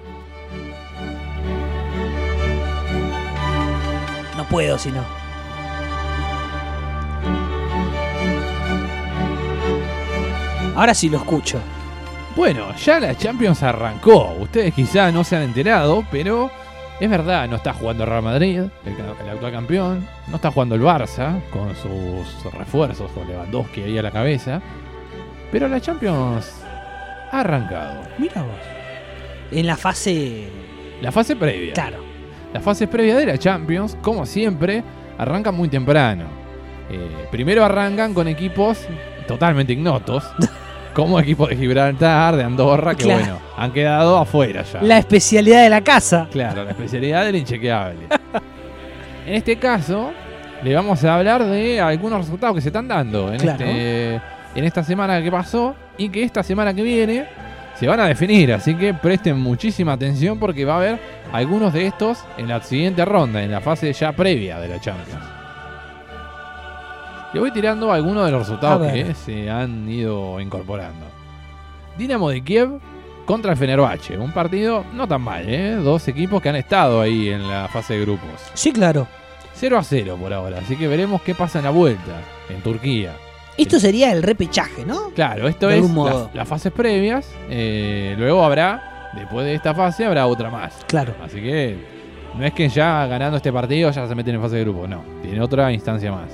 No puedo, si no. Ahora sí lo escucho. Bueno, ya la Champions arrancó. Ustedes quizá no se han enterado, pero es verdad, no está jugando el Real Madrid, el, el actual campeón. No está jugando el Barça, con sus refuerzos, con Lewandowski ahí a la cabeza. Pero la Champions ha arrancado. Mira vos. En la fase... La fase previa. Claro. La fase previa de la Champions, como siempre, arrancan muy temprano. Eh, primero arrancan con equipos totalmente ignotos. Como equipos de Gibraltar, de Andorra, que claro. bueno, han quedado afuera ya. La especialidad de la casa. Claro, la especialidad del inchequeable. En este caso, le vamos a hablar de algunos resultados que se están dando en, Claro. este, en esta semana que pasó y que esta semana que viene se van a definir. Así que presten muchísima atención porque va a haber algunos de estos en la siguiente ronda, en la fase ya previa de la Champions. Le voy tirando algunos de los resultados que se han ido incorporando. Dinamo de Kiev contra el Fenerbahce. Un partido no tan mal, ¿eh? Dos equipos que han estado ahí en la fase de grupos. Sí, claro. cero a cero por ahora. Así que veremos qué pasa en la vuelta en Turquía. Esto sería el repechaje, ¿no? Claro, esto De es algún modo. la- las fases previas. Eh, luego habrá, después de esta fase, habrá otra más. Claro. Así que no es que ya ganando este partido ya se meten en fase de grupo. No, tiene otra instancia más.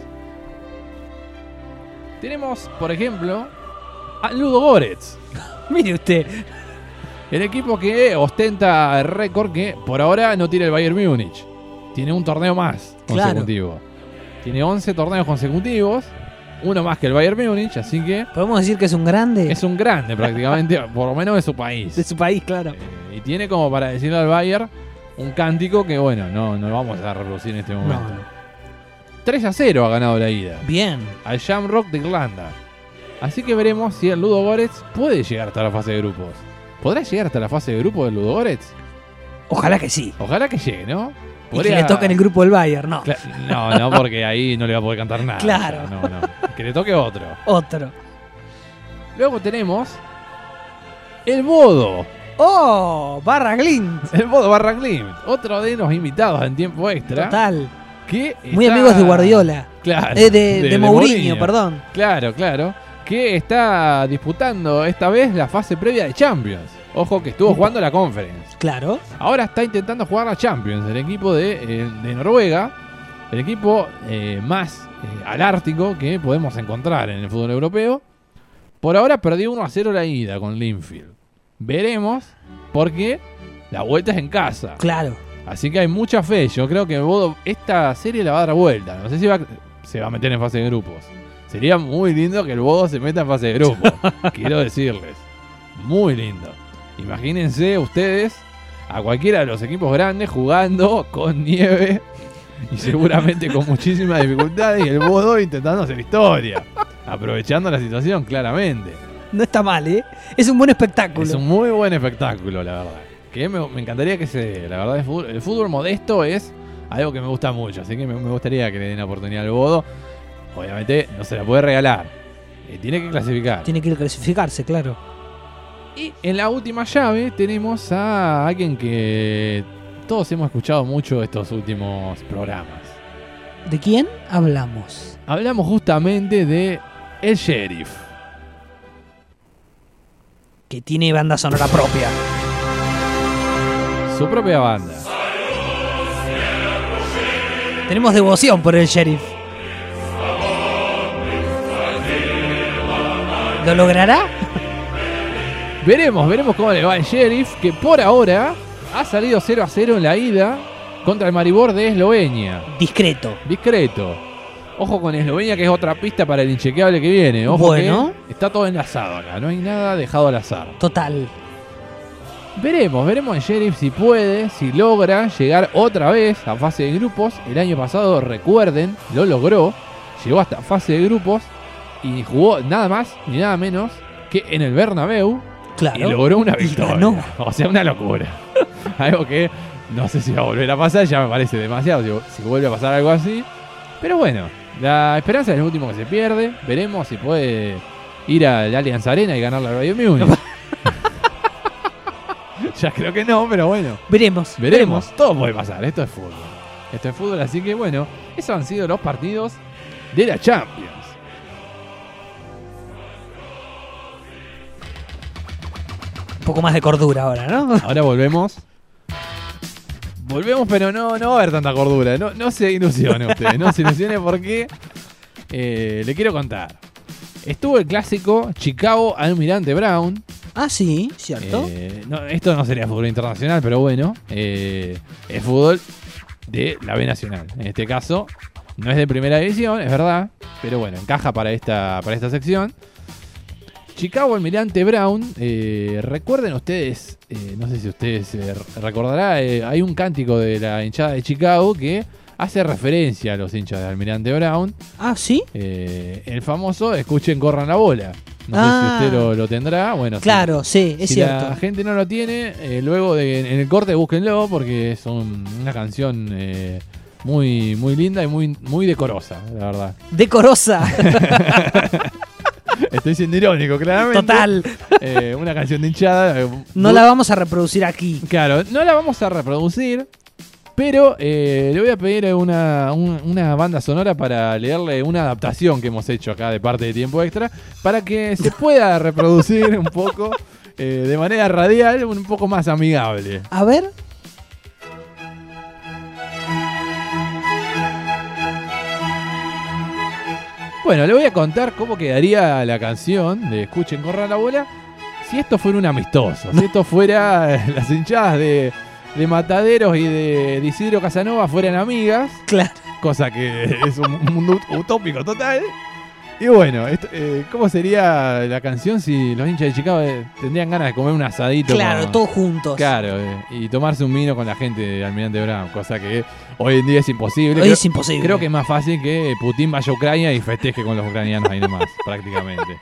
Tenemos, por ejemplo, a Ludogorets, Mire usted. el equipo que ostenta el récord que por ahora no tiene el Bayern Múnich. Tiene un torneo más Claro. consecutivo. Tiene once torneos consecutivos, uno más que el Bayern Múnich, así que ¿Podemos decir que es un grande? es un grande prácticamente, por lo menos de su país. De su país, claro. Eh, y tiene como para decirle al Bayern un cántico que bueno, no, no lo vamos a reproducir en este momento. No, no. tres a cero ha ganado la ida Bien. al Shamrock de Irlanda. Así que veremos si el Ludogorets puede llegar hasta la fase de grupos. ¿Podrá llegar hasta la fase de grupos del Ludogorets? Ojalá que sí. Ojalá que llegue, ¿no? Y que le toque en el grupo del Bayern, no. Cla- No, no, porque ahí no le va a poder cantar nada. Claro. O sea, no, no. Que le toque otro. Otro. Luego tenemos el Bodo. ¡Oh! Barra Glint. El Bodo Barra Glimt. Otro de los invitados en tiempo extra. Total. Que Muy está- amigos de Guardiola. Claro. Eh, de, de, Mourinho, perdón. Claro, claro. Que está disputando esta vez la fase previa de Champions. Ojo que estuvo jugando la Conference. Claro. Ahora está intentando jugar la Champions. El equipo de, eh, de Noruega. El equipo eh, más eh, alártico que podemos encontrar en el fútbol europeo. Por ahora perdió uno a cero la ida con Linfield. Veremos porque la vuelta es en casa. Claro. Así que hay mucha fe. Yo creo que el Bodo esta serie la va a dar vuelta. No sé si va, se va a meter en fase de grupos. Sería muy lindo que el Bodo se meta en fase de grupos. Quiero decirles. Muy lindo. Imagínense ustedes a cualquiera de los equipos grandes jugando con nieve y seguramente con muchísimas dificultades y el Bodo intentando hacer historia. Aprovechando la situación, claramente. No está mal, ¿eh? Es un buen espectáculo. Es un muy buen espectáculo, la verdad. Que me, me encantaría que se dé. La verdad, el fútbol, el fútbol modesto es algo que me gusta mucho. Así que me, me gustaría que le den la oportunidad al Bodo. Obviamente no se la puede regalar. Eh, tiene que clasificar. Tiene que clasificarse, claro. Y en la última llave tenemos a alguien que todos hemos escuchado mucho estos últimos programas. ¿De quién hablamos? Hablamos justamente de El Sheriff. Que tiene banda sonora propia. Su propia banda. Tenemos devoción por el sheriff. ¿Lo logrará? Veremos, veremos cómo le va el Sheriff, que por ahora ha salido cero a cero en la ida contra el Maribor de Eslovenia. Discreto. Discreto. Ojo con Eslovenia, que es otra pista para el inchequeable que viene. Ojo, Bueno. que está todo enlazado acá, no hay nada dejado al azar. Total. Veremos, veremos el Sheriff si puede, si logra llegar otra vez a fase de grupos. El año pasado, recuerden, lo logró. Llegó hasta fase de grupos y jugó nada más ni nada menos que en el Bernabéu. Claro. Y logró una Y victoria. ganó. O sea, una locura. Algo que no sé si va a volver a pasar, ya me parece demasiado si, si vuelve a pasar algo así. Pero bueno, la esperanza es el último que se pierde. Veremos si puede ir a la Allianz Arena y ganar la Bayern Múnich. Ya creo que no, pero bueno. Veremos. Veremos. Todo puede pasar. Esto es fútbol. Esto es fútbol, así que bueno, esos han sido los partidos de la Champions. Un poco más de cordura ahora, ¿no? Ahora volvemos. Volvemos, pero no, no va a haber tanta cordura. No, no se ilusione usted, no se ilusione porque eh, le quiero contar. Estuvo el clásico Chicago Almirante Brown. Ah, sí, cierto. Eh, no, esto no sería fútbol internacional, pero bueno, eh, es fútbol de la B Nacional. En este caso, no es de primera división, es verdad, pero bueno, encaja para esta, para esta sección. Chicago Almirante Brown, eh, recuerden ustedes, eh, no sé si ustedes eh, recordarán, eh, hay un cántico de la hinchada de Chicago que hace referencia a los hinchas de Almirante Brown. Ah, ¿sí? Eh, el famoso escuchen, corran la bola. No ah, sé si usted lo, lo tendrá. Bueno, claro, si, sí, es si cierto. la gente no lo tiene, eh, luego de, en el corte búsquenlo porque es un, una canción eh, muy, muy linda y muy, muy decorosa, la verdad. Decorosa. Estoy siendo irónico, claramente. Total. Eh, una canción de hinchada. Eh, no la vamos a reproducir aquí. Claro, no la vamos a reproducir. Pero eh, le voy a pedir una, un, una banda sonora para leerle una adaptación que hemos hecho acá de parte de Tiempo Extra para que se pueda reproducir un poco eh, de manera radial, un poco más amigable. A ver. Bueno, le voy a contar cómo quedaría la canción de Escuchen, corran la bola si esto fuera un amistoso, si esto fuera eh, las hinchadas de... de Mataderos y de, de Isidro Casanova fueran amigas. Claro. Cosa que es un mundo utópico total. Y bueno, esto, eh, ¿cómo sería la canción si los hinchas de Chicago eh, tendrían ganas de comer un asadito? Claro, con, todos juntos. Claro, eh, y tomarse un vino con la gente de Almirante Brown, cosa que hoy en día es imposible. Hoy creo, es imposible. Creo que es más fácil que Putin vaya a Ucrania y festeje con los ucranianos ahí nomás, prácticamente.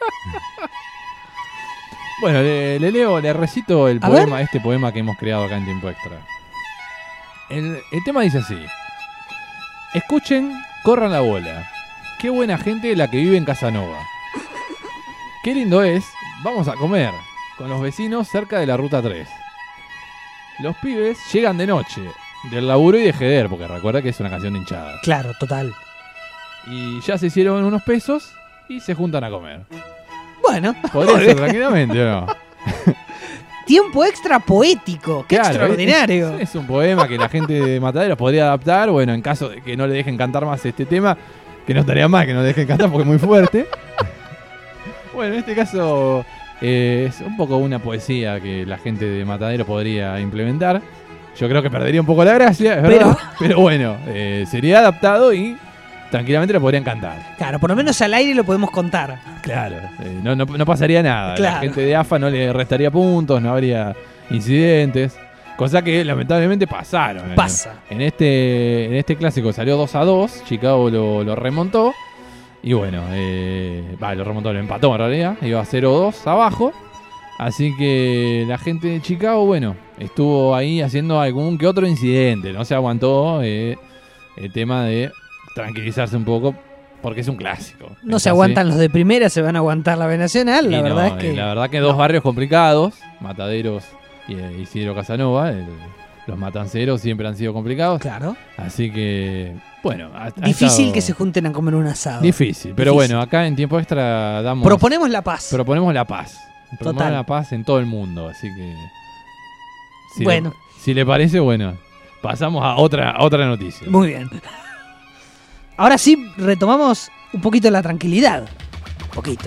Bueno, le, le leo, le recito el A poema, ver. este poema que hemos creado acá en Tiempo Extra. El, el tema dice así: escuchen, corran la bola. Qué buena gente la que vive en Casanova. Qué lindo es, vamos a comer con los vecinos cerca de la ruta tres. Los pibes llegan de noche, del laburo y de jeder, porque recuerda que es una canción de hinchada. Claro, total. Y ya se hicieron unos pesos y se juntan a comer. Bueno. Podría ser tranquilamente, ¿o no? Tiempo extra poético. Qué Claro, extraordinario. Es, es un poema que la gente de Mataderos podría adaptar. Bueno, en caso de que no le dejen cantar más este tema, que no estaría mal que no le dejen cantar porque es muy fuerte. Bueno, en este caso eh, es un poco una poesía que la gente de Mataderos podría implementar. Yo creo que perdería un poco la gracia, es verdad. Pero, pero bueno, eh, sería adaptado y tranquilamente lo podrían cantar. Claro, por lo menos al aire lo podemos contar. Claro, eh, no, no, no pasaría nada. Claro. La gente de A F A no le restaría puntos, no habría incidentes. Cosa que lamentablemente pasaron. Pasa. En, en, este, en este clásico salió dos a dos, Chicago lo, lo remontó. Y bueno, eh, va, lo remontó, lo empató en realidad. Iba a cero dos abajo. Así que la gente de Chicago, bueno, estuvo ahí haciendo algún que otro incidente. No se aguantó eh, el tema de tranquilizarse un poco, porque es un clásico. No es se así. aguantan los de primera, se van a aguantar la B Nacional. La Y verdad no, es que. La verdad que dos no. barrios complicados, Mataderos y eh, Isidro Casanova, el, los matanceros siempre han sido complicados. Claro. Así que, bueno. Ha, ha Difícil estado que se junten a comer un asado. Difícil, pero Difícil. bueno, acá en Tiempo Extra damos. Proponemos la paz. Proponemos la paz. Proponemos Total. la paz en todo el mundo, así que. Si Bueno. Le, si le parece, bueno, pasamos a otra, a otra noticia. Muy bien. Ahora sí retomamos un poquito la tranquilidad. Un poquito.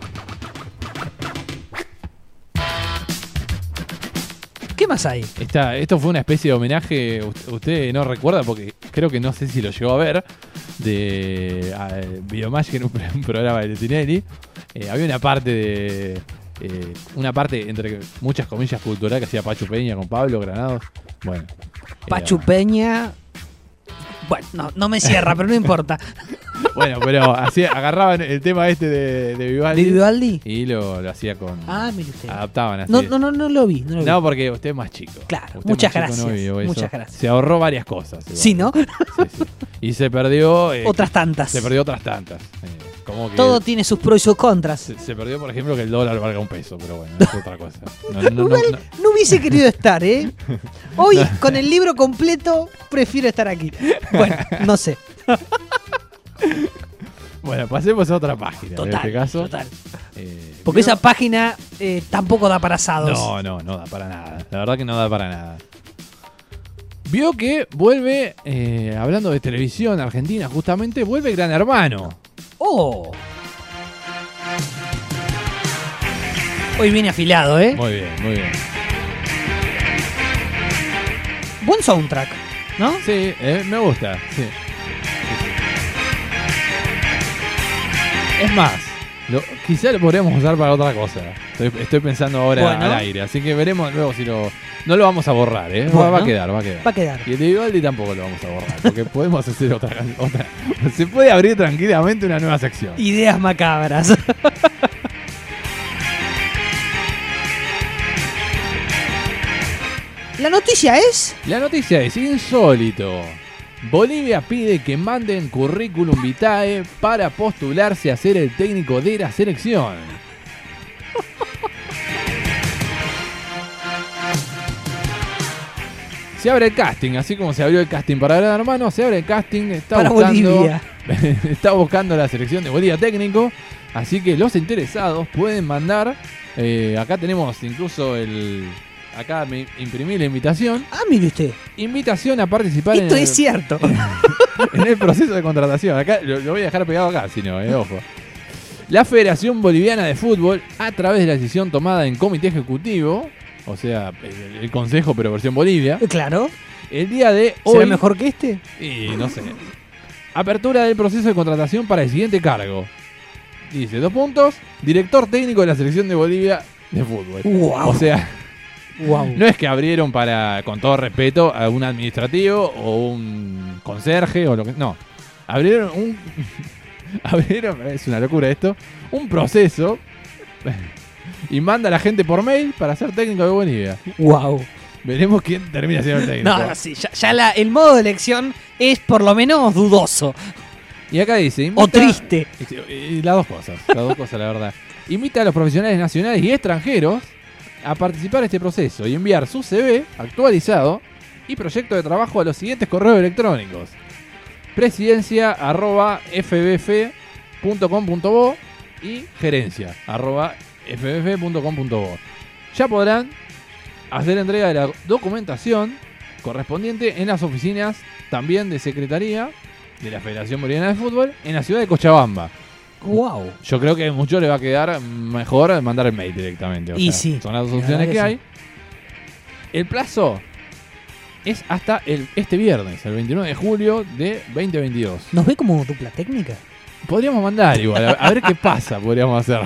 ¿Qué más hay? Esta, esto fue una especie de homenaje, usted, usted no recuerda porque creo que no sé si lo llegó a ver, de a, Biomagic en un, un programa de Tinelli. Eh, había una parte de eh, una parte entre muchas comillas cultural que hacía Pachu Peña con Pablo Granados. Bueno, Pachu era- Peña. Bueno, no, no me cierra, pero no importa. Bueno, pero hacía, agarraban el tema este de, de Vivaldi, ¿De Vivaldi? y lo, lo hacía con Ah, mire usted. adaptaban así. No, no, no, no lo vi. No, lo vi. No, porque usted es más chico. Claro, Usted muchas más chico no gracias, vio eso. muchas gracias. Se ahorró varias cosas. igual. Sí, ¿no? Sí, sí. Y se perdió. eh, Otras tantas. Se perdió otras tantas. Eh, como que Todo tiene sus pros y sus contras. se, se perdió, por ejemplo, que el dólar valga un peso, pero bueno, es otra cosa. No, no, no, Igual no. no hubiese querido estar, ¿eh? Hoy, con el libro completo, prefiero estar aquí. Bueno, no sé. Bueno, pasemos a otra página. Total, en este caso. total. Eh, Porque vio- esa página eh, tampoco da para asados. No, no, no da para nada. La verdad que no da para nada. Vio que vuelve, eh, hablando de televisión argentina, justamente, vuelve Gran Hermano. ¡Oh! Hoy viene afilado, ¿eh? Muy bien, muy bien. Buen soundtrack, ¿no? Sí, eh, me gusta, sí. Es más, lo, quizá lo podríamos usar para otra cosa. Estoy, estoy pensando ahora Bueno. al aire, así que veremos luego si lo... No lo vamos a borrar, ¿eh? Va- Bueno. va a quedar, va a quedar. Va a quedar. Y el de Vivaldi tampoco lo vamos a borrar, porque podemos hacer otra, otra... Se puede abrir tranquilamente una nueva sección. Ideas macabras. La noticia es... La noticia es insólito. Bolivia pide que manden currículum vitae para postularse a ser el técnico de la selección. Se abre el casting, así como se abrió el casting para Gran Hermano, se abre el casting, está Para buscando, Bolivia. está buscando la selección de Bolivia técnico, así que los interesados pueden mandar, eh, acá tenemos incluso el, acá me imprimí la invitación, Ah, mire usted. invitación a participar en Esto el, es cierto. en el proceso de contratación. Acá lo, lo voy a dejar pegado acá, si no, eh, ojo. La Federación Boliviana de Fútbol, a través de la decisión tomada en comité ejecutivo, o sea, el, el consejo pero versión Bolivia, Claro. el día de ¿Será hoy, mejor que este? y no sé, apertura del proceso de contratación para el siguiente cargo. Dice, dos puntos, director técnico de la selección de Bolivia de fútbol. Wow. O sea, Wow. no es que abrieron para, con todo respeto, a un administrativo o un conserje o lo que... No, abrieron un... abrieron, es una locura esto, un proceso y manda a la gente por mail para ser técnico de Bolivia. Wow. Veremos quién termina siendo el técnico. No, no, sí, ya, ya la- el modo de elección es por lo menos dudoso. Y acá dice... O invita- triste. Y, y las dos cosas, las dos cosas, la verdad. Invita a los profesionales nacionales y extranjeros a participar en este proceso y enviar su C V actualizado y proyecto de trabajo a los siguientes correos electrónicos: presidencia arroba fbf.com.bo y gerencia arroba fbf.com.bo. Ya podrán hacer entrega de la documentación correspondiente en las oficinas también de Secretaría de la Federación Boliviana de Fútbol en la ciudad de Cochabamba. Wow. Yo creo que a mucho le va a quedar mejor mandar el mail directamente. o Y sea, sí, son las dos la opciones verdad que, que hay. El plazo es hasta el, este viernes, el veintinueve de julio de veinte veintidós. ¿Nos ve como dupla técnica? Podríamos mandar igual, a, a ver qué pasa, podríamos hacer.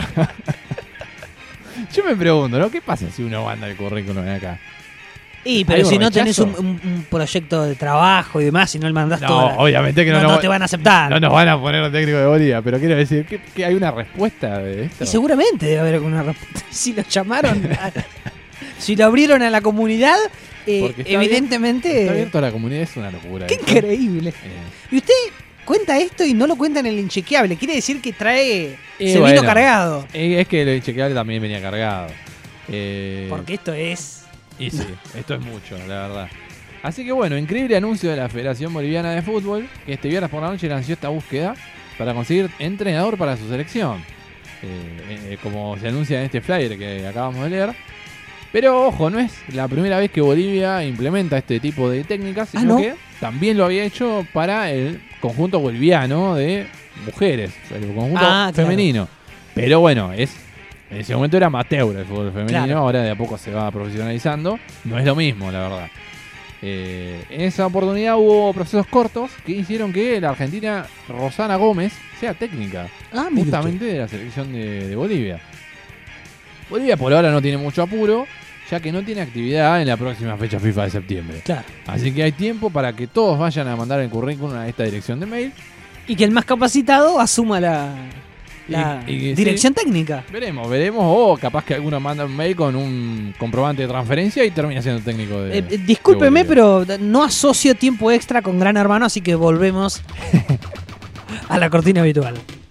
Yo me pregunto, ¿no? ¿Qué pasa si uno manda el currículum de acá? Y, ¿Hay pero un si no rechazo? tenés un, un- un proyecto de trabajo y demás, si no le mandás No, todo. obviamente que no, no, nos no va- te van a aceptar. no nos van a poner el técnico de Bolivia, pero quiero decir que, que hay una respuesta de esto. Y seguramente debe haber alguna respuesta. Si lo llamaron, a- si lo abrieron a la comunidad, eh, Porque está evidentemente. Está abierto a la comunidad, es una locura. Qué esto. increíble. Eh, Y usted cuenta esto y no lo cuenta en el inchequeable. Quiere decir que trae. Y se bueno. vino cargado. Eh, Es que el inchequeable también venía cargado. Eh, Porque esto es. Y sí, esto es mucho, la verdad. Así que bueno, increíble anuncio de la Federación Boliviana de Fútbol, que este viernes por la noche lanzó esta búsqueda para conseguir entrenador para su selección. Eh, eh, como se anuncia en este flyer que acabamos de leer. Pero ojo, no es la primera vez que Bolivia implementa este tipo de técnicas, Ah, sino ¿no? que también lo había hecho para el conjunto boliviano de mujeres, el conjunto Ah, claro. femenino. Pero bueno, es en ese momento era amateur el fútbol femenino, Claro. ahora de a poco se va profesionalizando. No es lo mismo, la verdad. Eh, en esa oportunidad hubo procesos cortos que hicieron que la argentina Rosana Gómez sea técnica Ah, mire usted. justamente de la selección de, de Bolivia. Bolivia por ahora no tiene mucho apuro, ya que no tiene actividad en la próxima fecha FIFA de septiembre. Claro. Así que hay tiempo para que todos vayan a mandar el currículum a esta dirección de mail. Y que el más capacitado asuma la, la Y- y que dirección técnica. Veremos, veremos. O capaz que alguno manda un mail con un comprobante de transferencia y termina siendo técnico de. Eh, eh, discúlpeme, de Bolivia. pero no asocio tiempo extra con Gran Hermano, así que volvemos a la cortina habitual.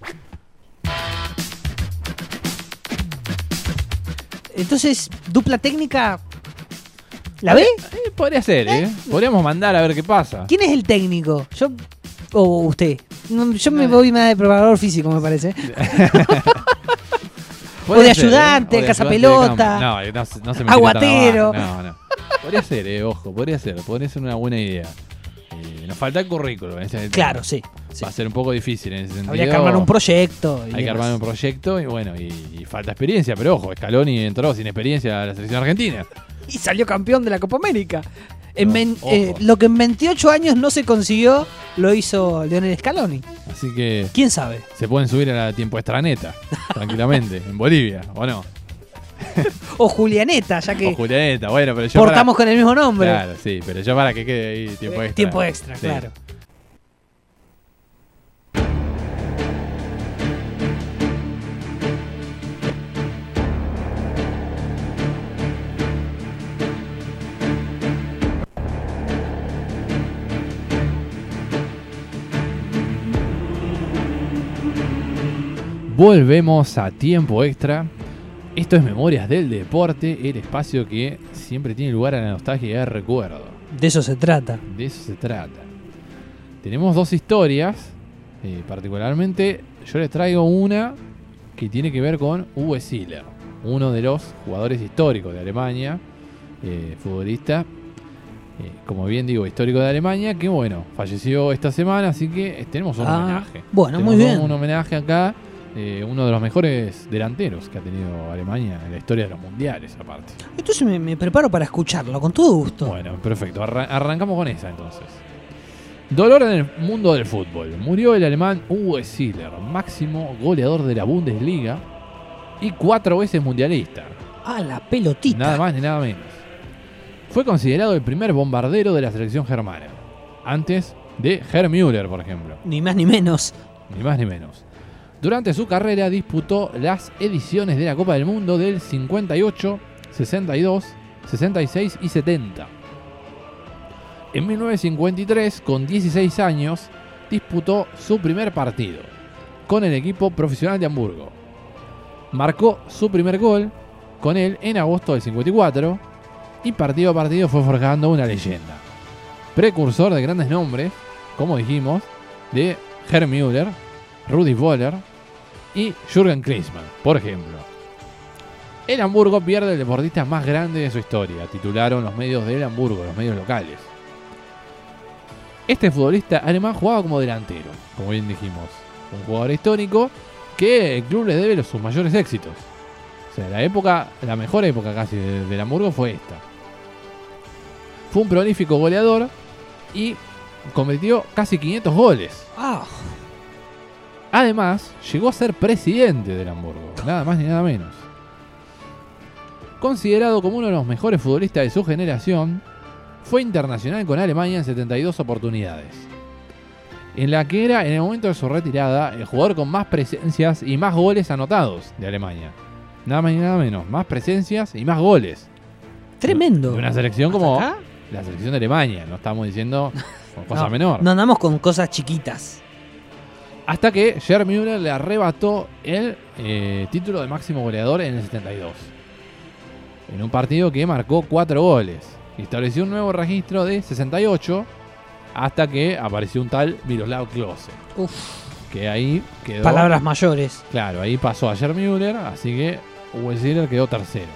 Entonces, dupla técnica. ¿La ve? Eh, podría ser, ¿eh? Podríamos mandar a ver qué pasa. ¿Quién es el técnico? Yo o usted. No, yo me No. voy más de preparador físico, me parece. O de ayudante, ¿eh? cazapelota. No, no, no se me aguatero. No, no. Podría ser, eh, ojo, podría ser. Podría ser una buena idea. Eh, nos falta el currículum. Ese es el Claro, tema. sí, sí. Va a ser un poco difícil en ese sentido. Habría que armar un proyecto. y Hay que demás. armar un proyecto y bueno, y, y falta experiencia. Pero ojo, Scaloni entró sin experiencia a la selección argentina. Y salió campeón de la Copa América. En No, men- ojo. eh, lo que en veintiocho años no se consiguió, lo hizo Lionel Scaloni. Así que ¿Quién sabe? se pueden subir a la tiempo extraneta, tranquilamente, en Bolivia, ¿o no? O Julianeta, ya que O Julieta, bueno, pero yo portamos para... con el mismo nombre. Claro, sí, pero yo para que quede ahí tiempo Eh, extra. Tiempo extra, Sí. claro. Volvemos a tiempo extra. Esto es Memorias del Deporte, el espacio que siempre tiene lugar a la nostalgia y al recuerdo. De eso se trata. De eso se trata. Tenemos dos historias, eh, particularmente yo les traigo una que tiene que ver con Uwe Seeler, uno de los jugadores históricos de Alemania, eh, futbolista, eh, como bien digo, histórico de Alemania, que bueno, falleció esta semana, así que tenemos un Ah, homenaje. bueno, Tenemos muy bien. Un homenaje acá, eh, uno de los mejores delanteros que ha tenido Alemania en la historia de los mundiales, aparte. Entonces me, me preparo para escucharlo, con todo gusto. Bueno, perfecto. Arran- arrancamos con esa entonces. Dolor en el mundo del fútbol. Murió el alemán Uwe Seeler, máximo goleador de la Bundesliga y cuatro veces mundialista. Ah, la pelotita. Nada más ni nada menos. Fue considerado el primer bombardero de la selección germana, antes de Gerd Müller, por ejemplo. Ni más ni menos. Ni más ni menos. Durante su carrera disputó las ediciones de la Copa del Mundo del cincuenta y ocho, sesenta y dos, sesenta y seis y setenta. En mil novecientos cincuenta y tres, con dieciséis años, disputó su primer partido con el equipo profesional de Hamburgo. Marcó su primer gol con él en agosto del cincuenta y cuatro y partido a partido fue forjando una leyenda. Precursor de grandes nombres, como dijimos, de Gerd Müller, Rudi Völler y Jürgen Klinsmann, por ejemplo. El Hamburgo pierde el deportista más grande de su historia, titularon los medios del Hamburgo, los medios locales. Este futbolista alemán jugaba como delantero, como bien dijimos. Un jugador histórico que el club le debe los, sus mayores éxitos. O sea, la época, la mejor época casi de- del Hamburgo fue esta. Fue un prolífico goleador y convirtió casi quinientos goles. Ah, Además, llegó a ser presidente del Hamburgo, nada más ni nada menos. Considerado como uno de los mejores futbolistas de su generación, fue internacional con Alemania en setenta y dos oportunidades, en la que era, en el momento de su retirada, el jugador con más presencias y más goles anotados de Alemania. Nada más ni nada menos, más presencias y más goles. tremendo. De una selección como ¿Hasta acá? la selección de Alemania, no estamos diciendo cosa No, menor. No andamos con cosas chiquitas. Hasta que Gerd Müller le arrebató el eh, título de máximo goleador en el setenta y dos. En un partido que marcó cuatro goles. Y estableció un nuevo registro de sesenta y ocho hasta que apareció un tal Miroslav Klose. Uf, Que ahí quedó... palabras mayores. Claro, ahí pasó a Gerd Müller, así que Uwe Seeler quedó tercero.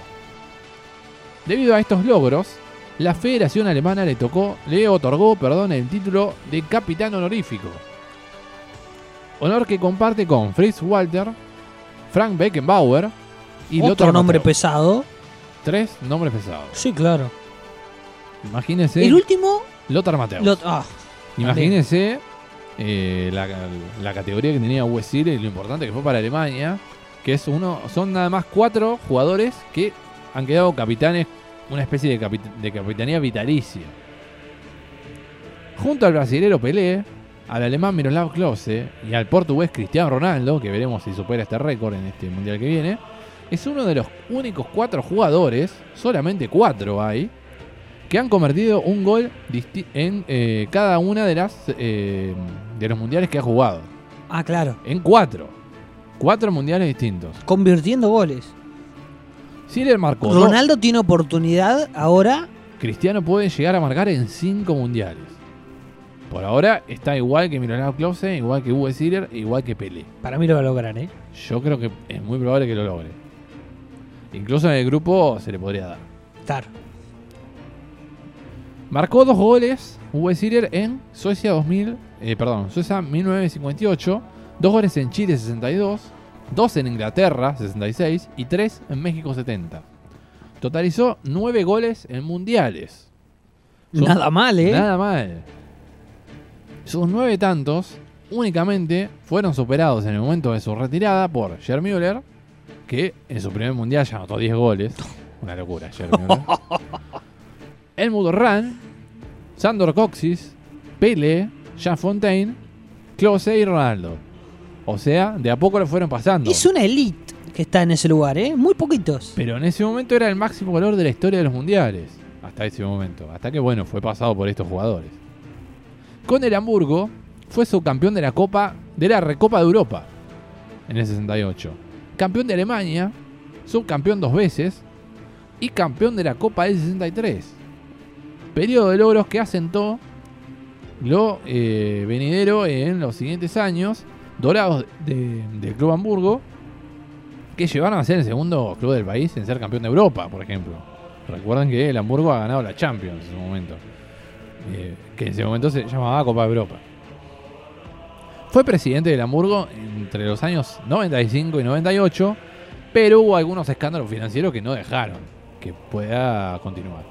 Debido a estos logros, la Federación Alemana le tocó, le otorgó, perdón, el título de capitán honorífico. Honor que comparte con Fritz Walter, Frank Beckenbauer y Otro Lothar nombre Matthäus. pesado. Tres nombres pesados. Sí, claro. Imagínense El último. Lothar Matthäus. Lo, ah, Imagínense eh, la, la categoría que tenía Uwe Seeler y lo importante que fue para Alemania, que es uno, son nada más cuatro jugadores que han quedado capitanes, una especie de, capit- de capitanía vitalicia. Junto al brasilero Pelé, al alemán Miroslav Klose y al portugués Cristiano Ronaldo, que veremos si supera este récord en este mundial que viene, es uno de los únicos cuatro jugadores, solamente cuatro hay, que han convertido un gol disti- en eh, cada una de las eh, de los mundiales que ha jugado. ah, claro. En cuatro. Cuatro mundiales distintos. Convirtiendo goles. Seeler marcó dos. Ronaldo tiene oportunidad ahora. Cristiano puede llegar a marcar en cinco mundiales. Por ahora está igual que Miroslav Klose, igual que Uwe Seeler, igual que Pelé. Para mí lo va a lograr, ¿eh? Yo creo que es muy probable que lo logre. Incluso en el grupo se le podría dar. Claro. Marcó dos goles Uwe Seeler en Suecia dos mil, eh, perdón, Suecia mil novecientos cincuenta y ocho, dos goles en Chile sesenta y dos, dos en Inglaterra sesenta y seis y tres en México setenta. Totalizó nueve goles en mundiales. Son, nada mal, ¿eh? Nada mal. Sus nueve tantos únicamente fueron superados en el momento de su retirada por Gerd Müller, que en su primer mundial ya anotó diez goles. Una locura, Gerd Müller. Helmut Rahn, Sandor Kocsis, Pele, Jean Fontaine, Klose y Ronaldo. O sea, de a poco lo fueron pasando. Es una elite que está en ese lugar, ¿eh? Muy poquitos. Pero en ese momento era el máximo valor de la historia de los mundiales. Hasta ese momento. Hasta que, bueno, fue pasado por estos jugadores. Con el Hamburgo fue subcampeón de la Copa de la Recopa de Europa en el sesenta y ocho. Campeón de Alemania, subcampeón dos veces y campeón de la Copa del sesenta y tres. Periodo de logros que asentó lo eh, venidero en los siguientes años, dorados de, del Club Hamburgo, que llevaron a ser el segundo club del país en ser campeón de Europa, por ejemplo. Recuerden que el Hamburgo ha ganado la Champions en ese momento, eh, que en ese momento se llamaba Copa de Europa. Fue presidente del Hamburgo entre los años noventa y cinco y noventa y ocho, pero hubo algunos escándalos financieros que no dejaron que pueda continuar.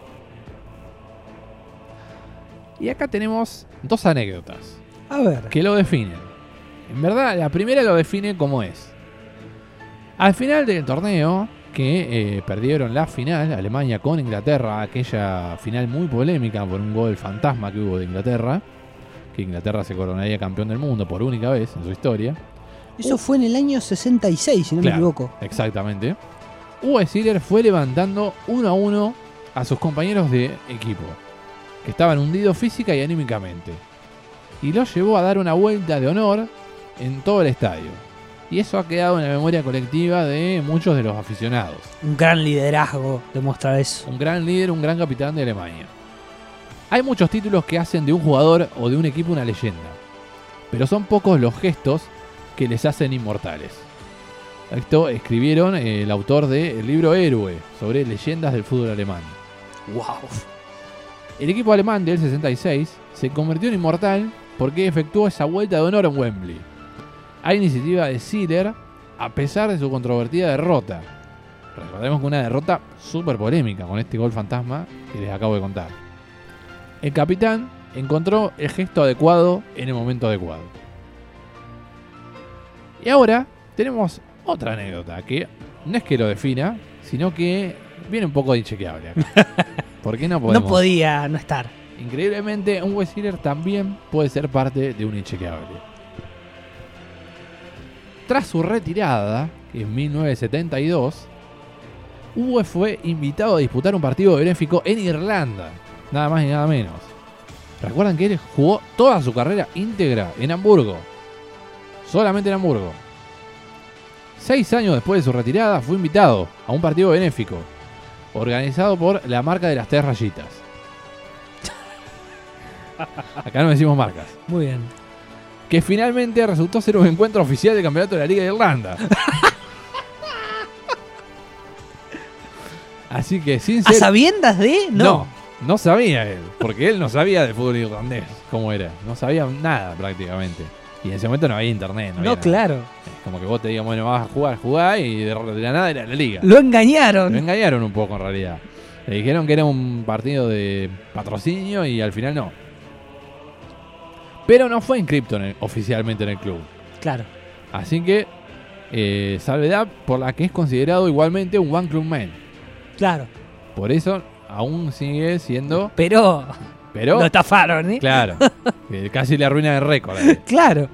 Y acá tenemos dos anécdotas A ver. que lo definen. En verdad, la primera lo define como es. Al final del torneo, que eh, perdieron la final, Alemania con Inglaterra, aquella final muy polémica por un gol fantasma que hubo de Inglaterra, que Inglaterra se coronaría campeón del mundo por única vez en su historia. Eso uh, fue en el año sesenta y seis, si no claro, me equivoco. Exactamente. Uwe Seeler fue levantando uno a uno a sus compañeros de equipo, que estaban hundidos física y anímicamente, y los llevó a dar una vuelta de honor en todo el estadio. Y eso ha quedado en la memoria colectiva de muchos de los aficionados. Un gran liderazgo demuestra eso. Un gran líder, un gran capitán de Alemania. Hay muchos títulos que hacen de un jugador o de un equipo una leyenda, pero son pocos los gestos que les hacen inmortales. Esto escribieron el autor del libro Héroe, sobre leyendas del fútbol alemán. ¡Wow! El equipo alemán del sesenta y seis se convirtió en inmortal porque efectuó esa vuelta de honor en Wembley, a iniciativa de Seeler, a pesar de su controvertida derrota. Recordemos que una derrota súper polémica con este gol fantasma que les acabo de contar. El capitán encontró el gesto adecuado en el momento adecuado. Y ahora tenemos otra anécdota que no es que lo defina, sino que viene un poco de inchequeable acá. ¿Por qué no podemos? No podía no estar. Increíblemente, un Uwe Seeler también puede ser parte de un inchequeable. Tras su retirada, en mil novecientos setenta y dos, Uwe fue invitado a disputar un partido benéfico en Irlanda, nada más y nada menos. Recuerdan que él jugó toda su carrera íntegra en Hamburgo, solamente en Hamburgo. Seis años después de su retirada, fue invitado a un partido benéfico, organizado por la marca de las tres rayitas. Acá no decimos marcas. Muy bien. Que finalmente resultó ser un encuentro oficial del campeonato de la Liga de Irlanda. Así que sin ser... ¿A sabiendas de? No. no, no sabía él, porque él no sabía de fútbol irlandés, cómo era. No sabía nada prácticamente. Y en ese momento no había internet. No, no había claro. Nada. Como que vos te digas, bueno, vas a jugar, jugar y de, de la nada era la Liga. Lo engañaron. Lo engañaron un poco en realidad. Le dijeron que era un partido de patrocinio y al final no. Pero no fue inscripto en el, oficialmente en el club. Claro. Así que, eh, salvedad por la que es considerado igualmente un One Club Man. Claro. Por eso aún sigue siendo... Pero... Pero lo estafaron, ¿eh? Claro. Que casi le arruina el récord. ¿eh? Claro.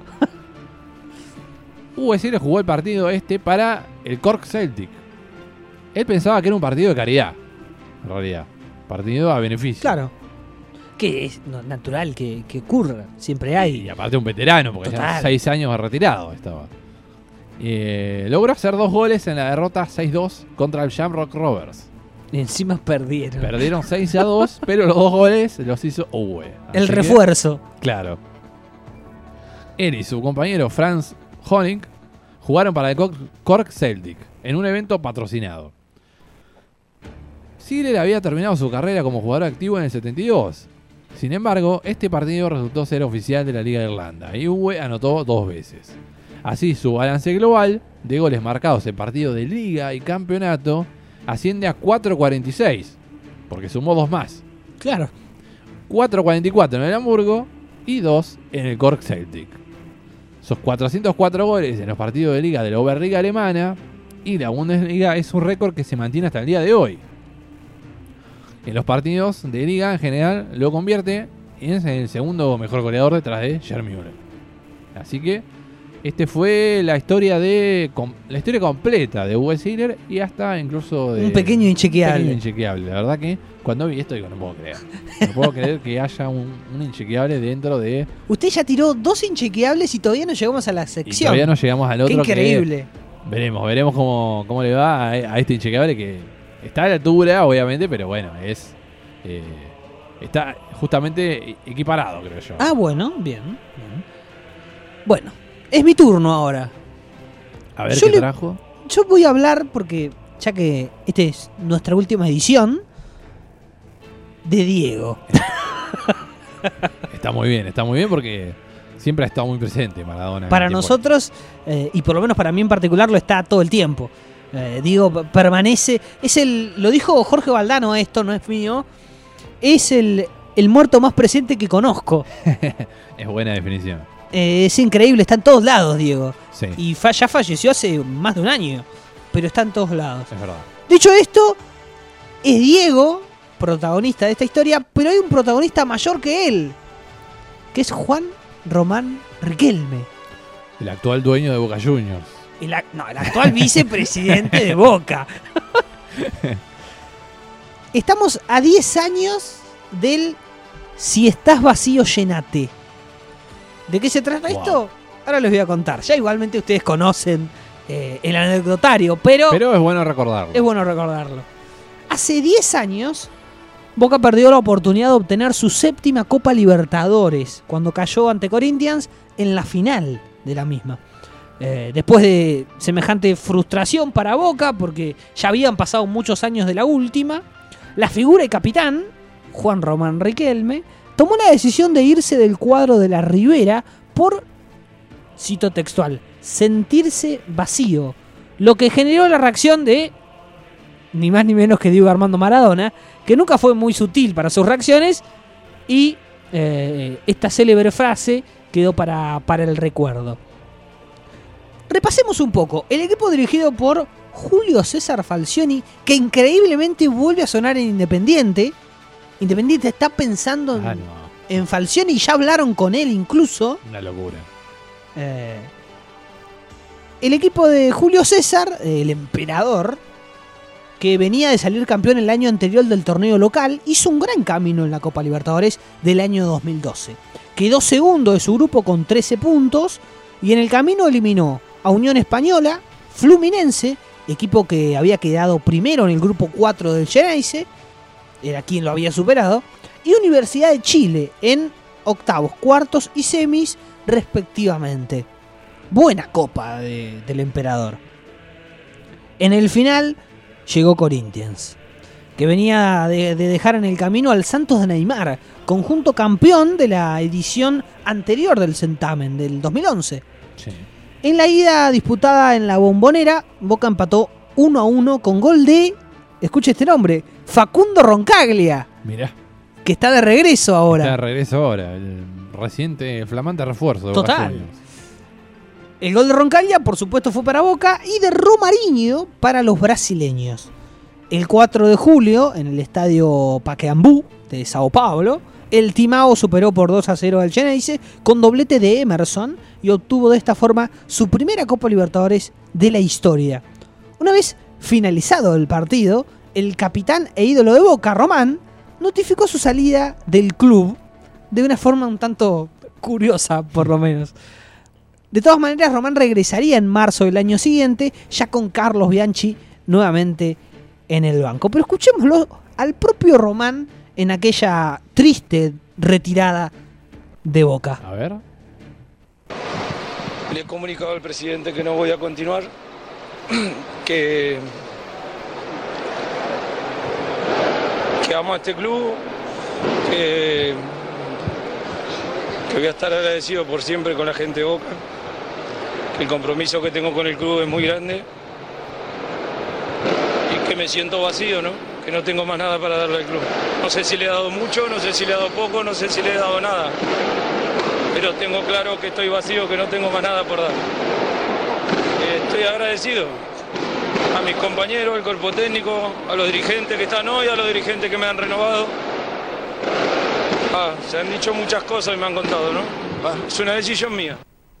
Uwe Seeler jugó el partido este para el Cork Celtic. Él pensaba que era un partido de caridad, en realidad. Partido a beneficio. Claro. Que es no, natural que, que ocurra. Siempre hay. Y aparte un veterano, porque Total. ya seis años de retirado estaba. Eh, logró hacer dos goles en la derrota seis dos contra el Shamrock Rovers. Y encima perdieron. Perdieron seis a dos, pero los dos goles los hizo Uwe. El Así refuerzo. Que, claro. Él y su compañero Franz Honig jugaron para el Cork Celtic en un evento patrocinado. Ziegler había terminado su carrera como jugador activo en el setenta y dos. Sin embargo, este partido resultó ser oficial de la Liga de Irlanda y Uwe anotó dos veces. Así, su balance global de goles marcados en partidos de Liga y Campeonato asciende a cuatrocientos cuarenta y seis, porque sumó dos más. Claro. cuatrocientos cuarenta y cuatro en el Hamburgo y dos en el Cork Celtic. Esos cuatrocientos cuatro goles en los partidos de Liga de la Oberliga alemana y la Bundesliga es un récord que se mantiene hasta el día de hoy. En los partidos de Liga en general lo convierte en el segundo mejor goleador detrás de Gerd Müller. Así que este fue la historia de la historia completa de Uwe Ziegler y hasta incluso de un pequeño inchequeable. Un pequeño inchequeable. La verdad que cuando vi esto digo, no puedo creer. No puedo creer que haya un, un inchequeable dentro de... Usted ya tiró dos inchequeables y todavía no llegamos a la sección. Y todavía no llegamos al otro. Qué increíble. Que veremos, veremos cómo, cómo le va a, a este inchequeable que está a la altura, obviamente, pero bueno, es... Eh, está justamente equiparado, creo yo. Ah, bueno, bien. bien. Bueno, es mi turno ahora. A ver yo qué le, trajo. Yo voy a hablar, porque ya que esta es nuestra última edición, de Diego. Está muy bien, está muy bien porque siempre ha estado muy presente Maradona. Para nosotros, eh, y por lo menos para mí en particular, lo está todo el tiempo. Eh, Diego permanece, es el, lo dijo Jorge Valdano, esto no es mío, es el, el muerto más presente que conozco. Es buena definición. Eh, es increíble, está en todos lados, Diego. Sí. Y fa- ya falleció hace más de un año, pero está en todos lados. Es verdad. Dicho esto, es Diego, protagonista de esta historia, pero hay un protagonista mayor que él, que es Juan Román Riquelme. El actual dueño de Boca Juniors. El, no, el actual vicepresidente de Boca. Estamos a diez años del Si estás vacío, llenate. ¿De qué se trata wow. esto? Ahora les voy a contar. Ya igualmente ustedes conocen eh, el anecdotario, pero... Pero es bueno recordarlo. Es bueno recordarlo. Hace diez años, Boca perdió la oportunidad de obtener su séptima Copa Libertadores, cuando cayó ante Corinthians en la final de la misma. Eh, después de semejante frustración para Boca, porque ya habían pasado muchos años de la última, la figura y capitán, Juan Román Riquelme, tomó la decisión de irse del cuadro de la Ribera por, cito textual, sentirse vacío, lo que generó la reacción de ni más ni menos que Diego Armando Maradona, que nunca fue muy sutil para sus reacciones, y eh, esta célebre frase quedó para, para el recuerdo. Repasemos un poco. El equipo dirigido por Julio César Falcioni, que increíblemente vuelve a sonar en Independiente. Independiente está pensando en, ah, no. en Falcioni y ya hablaron con él incluso. Una locura. Eh, el equipo de Julio César, el emperador, que venía de salir campeón el año anterior del torneo local, hizo un gran camino en la Copa Libertadores del año dos mil doce. Quedó segundo de su grupo con trece puntos y en el camino eliminó a Unión Española, Fluminense, equipo que había quedado primero en el grupo cuatro del Xeneize, era quien lo había superado, y Universidad de Chile en octavos, cuartos y semis respectivamente. Buena copa de, del emperador. En el final llegó Corinthians, que venía de, de dejar en el camino al Santos de Neymar, conjunto campeón de la edición anterior del certamen, del dos mil once. Sí. En la ida disputada en la Bombonera, Boca empató uno a uno con gol de, escuche este nombre, Facundo Roncaglia. Mirá. Que está de regreso ahora. Está de regreso ahora, el reciente flamante refuerzo de Total. Boca Juniors. El gol de Roncaglia, por supuesto, fue para Boca y de Romarinho para los brasileños. El cuatro de julio, en el estadio Pacaembu de Sao Paulo, el Timao superó por dos a cero al Xeneize con doblete de Emerson y obtuvo de esta forma su primera Copa Libertadores de la historia. Una vez finalizado el partido, el capitán e ídolo de Boca, Román, notificó su salida del club de una forma un tanto curiosa, por lo menos. De todas maneras, Román regresaría en marzo del año siguiente, ya con Carlos Bianchi nuevamente en el banco. Pero escuchémoslo al propio Román en aquella triste retirada de Boca. A ver. Le he comunicado al presidente que no voy a continuar, que que amo a este club, que, que voy a estar agradecido por siempre con la gente de Boca, que el compromiso que tengo con el club es muy grande y que me siento vacío, ¿no? Que no tengo más nada para darle al club. No sé si le he dado mucho, no sé si le he dado poco, no sé si le he dado nada, pero tengo claro que estoy vacío, que no tengo más nada por dar. Eh, estoy agradecido a mis compañeros, al cuerpo técnico, a los dirigentes que están hoy, a los dirigentes que me han renovado. Ah, se han dicho muchas cosas y me han contado, ¿no? Ah, es una decisión mía.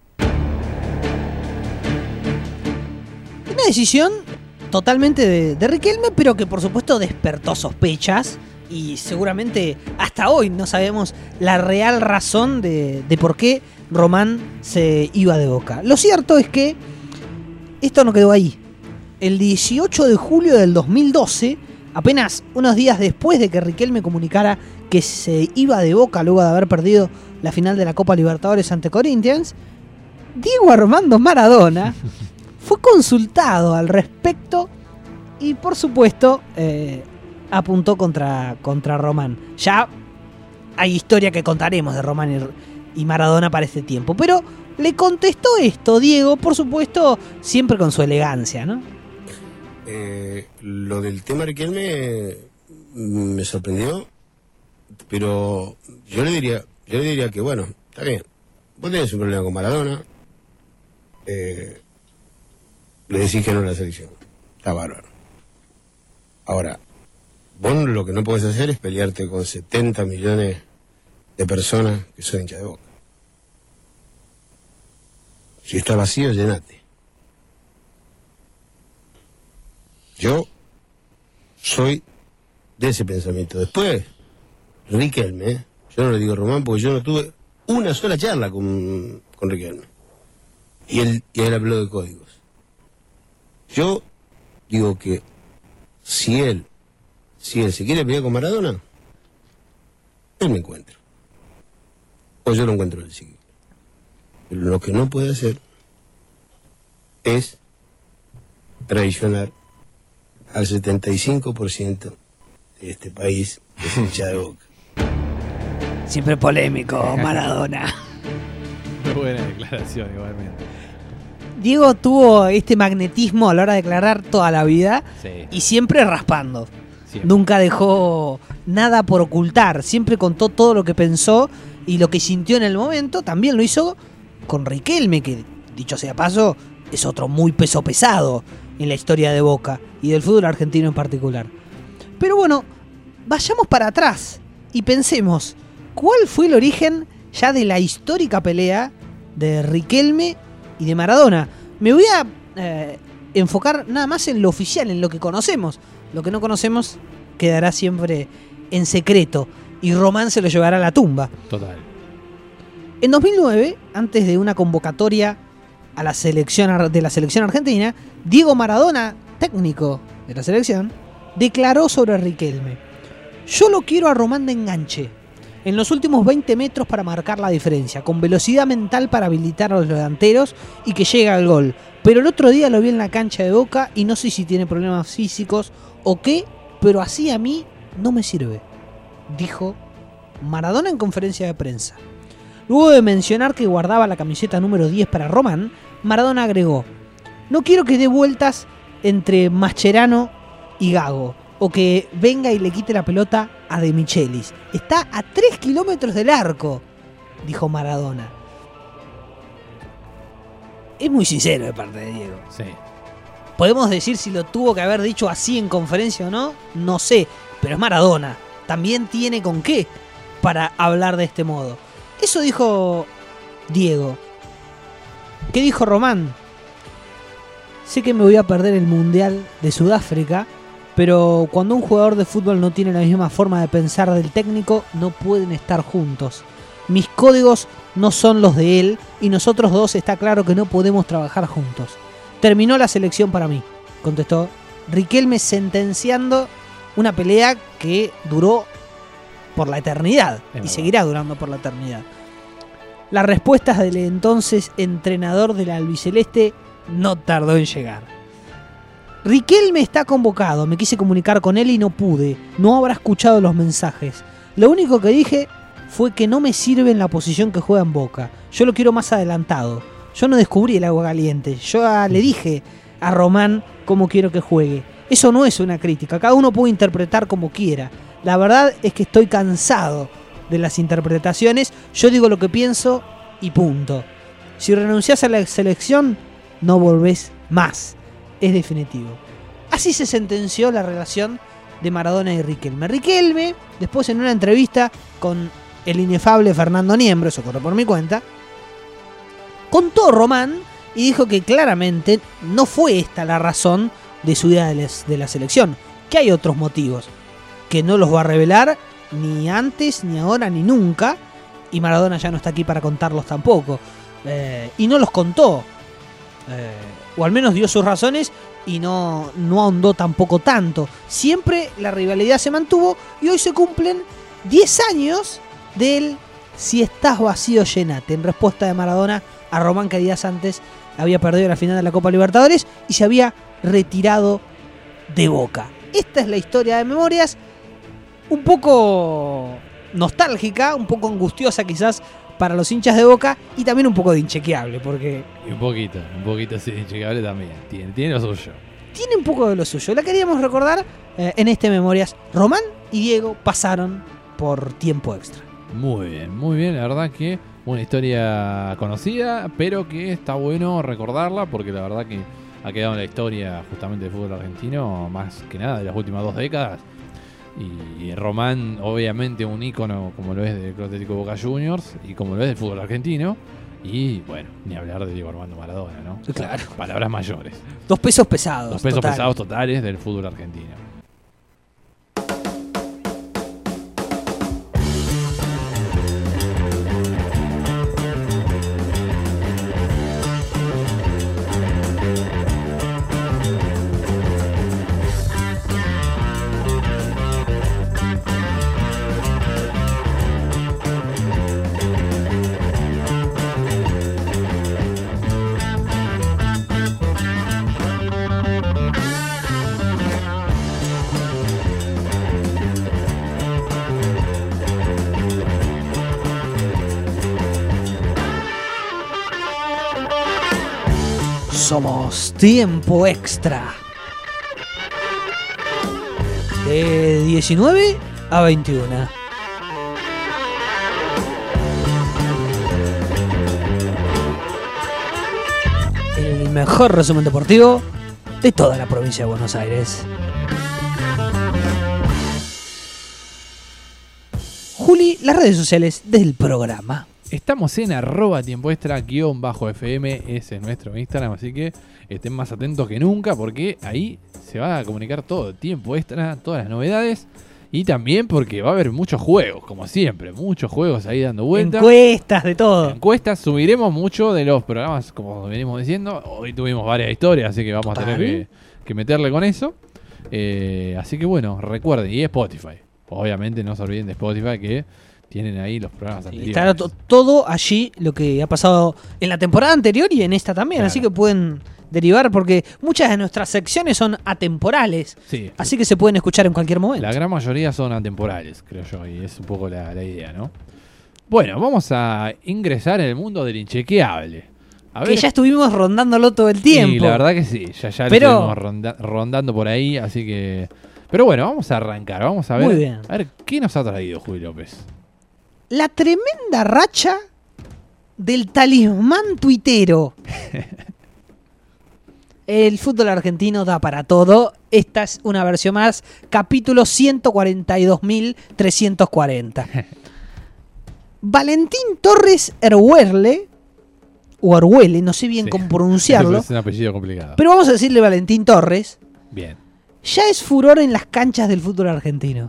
Una decisión totalmente de, de Riquelme, pero que por supuesto despertó sospechas y seguramente hasta hoy no sabemos la real razón de, de por qué Román se iba de Boca. Lo cierto es que esto no quedó ahí. El dieciocho de julio del dos mil doce, apenas unos días después de que Riquelme comunicara que se iba de Boca luego de haber perdido la final de la Copa Libertadores ante Corinthians, Diego Armando Maradona fue consultado al respecto y por supuesto eh, apuntó contra, contra Román. Ya hay historia que contaremos de Román y, y Maradona para este tiempo, pero le contestó esto Diego, por supuesto, siempre con su elegancia, ¿no? Eh, lo del tema Riquelme me sorprendió, pero yo le diría, yo le diría que bueno, está bien, vos tenés un problema con Maradona, eh, le decís que no a la selección, está bárbaro. Ahora, vos lo que no podés hacer es pelearte con setenta millones de personas que son hinchas de Boca. Si está vacío, llenate. Yo soy de ese pensamiento. Después, Riquelme, ¿eh? Yo no le digo Román porque yo no tuve una sola charla con, con Riquelme. Y él, y él habló de códigos. Yo digo que si él, si él se quiere pelear con Maradona, él me encuentra. O yo lo encuentro él, sí. Pero lo que no puede hacer es traicionar al setenta y cinco por ciento de este país que es hincha de Boca. Siempre polémico, Maradona. Muy buena declaración, igualmente. Diego tuvo este magnetismo a la hora de declarar toda la vida, Sí. y siempre raspando. Siempre. Nunca dejó nada por ocultar, siempre contó todo lo que pensó y lo que sintió en el momento. También lo hizo con Riquelme, que dicho sea paso, es otro muy peso pesado en la historia de Boca y del fútbol argentino en particular. Pero bueno, vayamos para atrás y pensemos, ¿cuál fue el origen ya de la histórica pelea de Riquelme y de Maradona? Me voy a eh, enfocar nada más en lo oficial, en lo que conocemos. Lo que no conocemos quedará siempre en secreto y Román se lo llevará a la tumba. Total. En dos mil nueve, antes de una convocatoria a la selección de la selección argentina, Diego Maradona, técnico de la selección, declaró sobre Riquelme: yo lo quiero a Román de enganche, en los últimos veinte metros para marcar la diferencia, con velocidad mental para habilitar a los delanteros y que llegue al gol. Pero el otro día lo vi en la cancha de Boca y no sé si tiene problemas físicos o qué, pero así a mí no me sirve, dijo Maradona en conferencia de prensa. Luego de mencionar que guardaba la camiseta número diez para Román, Maradona agregó: no quiero que dé vueltas entre Mascherano y Gago, o que venga y le quite la pelota a De Michelis. Está a tres kilómetros del arco, dijo Maradona. Es muy sincero de parte de Diego. Sí. Podemos decir si lo tuvo que haber dicho así en conferencia o no, no sé, pero es Maradona. También tiene con qué para hablar de este modo. Eso dijo Diego. ¿Qué dijo Román? Sé que me voy a perder el Mundial de Sudáfrica, pero cuando un jugador de fútbol no tiene la misma forma de pensar del técnico, no pueden estar juntos. Mis códigos no son los de él y nosotros dos está claro que no podemos trabajar juntos. Terminó la selección para mí, contestó Riquelme, sentenciando una pelea que duró por la eternidad y seguirá durando por la eternidad. Las respuestas del entonces entrenador del albiceleste no tardó en llegar. Riquelme está convocado, me quise comunicar con él y no pude. No habrá escuchado los mensajes. Lo único que dije fue que no me sirve en la posición que juega en Boca. Yo lo quiero más adelantado. Yo no descubrí el agua caliente. Yo ah, le dije a Román cómo quiero que juegue. Eso no es una crítica. Cada uno puede interpretar como quiera. La verdad es que estoy cansado de las interpretaciones. Yo digo lo que pienso y punto. Si renunciás a la selección, no volvés más. Es definitivo. Así se sentenció la relación de Maradona y Riquelme. Riquelme, después en una entrevista con el inefable Fernando Niembro, eso corre por mi cuenta, contó Román y dijo que claramente no fue esta la razón de su ida de la selección, que hay otros motivos, que no los va a revelar ni antes, ni ahora, ni nunca, y Maradona ya no está aquí para contarlos tampoco. Eh, y no los contó. Eh, o al menos dio sus razones y no, no ahondó tampoco tanto. Siempre la rivalidad se mantuvo y hoy se cumplen diez años del si estás vacío, llenate, en respuesta de Maradona a Román, que días antes había perdido la final de la Copa Libertadores y se había retirado de Boca. Esta es la historia de Memorias, un poco nostálgica, un poco angustiosa quizás para los hinchas de Boca y también un poco de inchequeable, porque... Y un poquito, un poquito sí, de inchequeable también. Tiene, tiene lo suyo. Tiene un poco de lo suyo. La queríamos recordar eh, en este Memorias. Román y Diego pasaron por tiempo extra. Muy bien, muy bien. La verdad que una historia conocida, pero que está bueno recordarla porque la verdad que ha quedado en la historia justamente del fútbol argentino más que nada de las últimas dos décadas. Y Román, obviamente, un ícono como lo es del Club Atlético Boca Juniors y como lo es del fútbol argentino. Y bueno, ni hablar de Diego Armando Maradona, ¿no? Claro. O sea, palabras mayores. Dos pesos pesados. Dos pesos total. pesados totales del fútbol argentino. Somos Tiempo Extra. De diecinueve a veintiuno. El mejor resumen deportivo de toda la provincia de Buenos Aires. Juli, las redes sociales del programa. Estamos en arroba tiempo extra guión bajo F M, ese es nuestro Instagram, así que estén más atentos que nunca porque ahí se va a comunicar todo, tiempo extra, todas las novedades y también porque va a haber muchos juegos, como siempre, muchos juegos ahí dando vueltas. Encuestas, de todo. Encuestas, subiremos mucho de los programas, como venimos diciendo, hoy tuvimos varias historias, así que vamos Total. a tener que, que meterle con eso. Eh, así que bueno, recuerden, y Spotify, obviamente no se olviden de Spotify que... Tienen ahí los programas anteriores. Está to- todo allí lo que ha pasado en la temporada anterior y en esta también. Claro. Así que pueden derivar porque muchas de nuestras secciones son atemporales. Sí. Así que se pueden escuchar en cualquier momento. La gran mayoría son atemporales, creo yo. Y es un poco la, la idea, ¿no? Bueno, vamos a ingresar en el mundo del inchequeable. A que ver. ya estuvimos rondándolo todo el tiempo. Sí, la verdad que sí. Ya, ya Pero... lo estuvimos ronda- rondando por ahí. Así que... Pero bueno, vamos a arrancar. Vamos a ver. Muy bien. A ver, ¿qué nos ha traído Julio López? La tremenda racha del talismán tuitero. El fútbol argentino da para todo. Esta es una versión más. Capítulo ciento cuarenta y dos mil trescientos cuarenta. Valentín Torres Erhuerle, o Erhuele, no sé bien Sí. cómo pronunciarlo. Es un apellido complicado. Pero vamos a decirle Valentín Torres. Bien. Ya es furor en las canchas del fútbol argentino.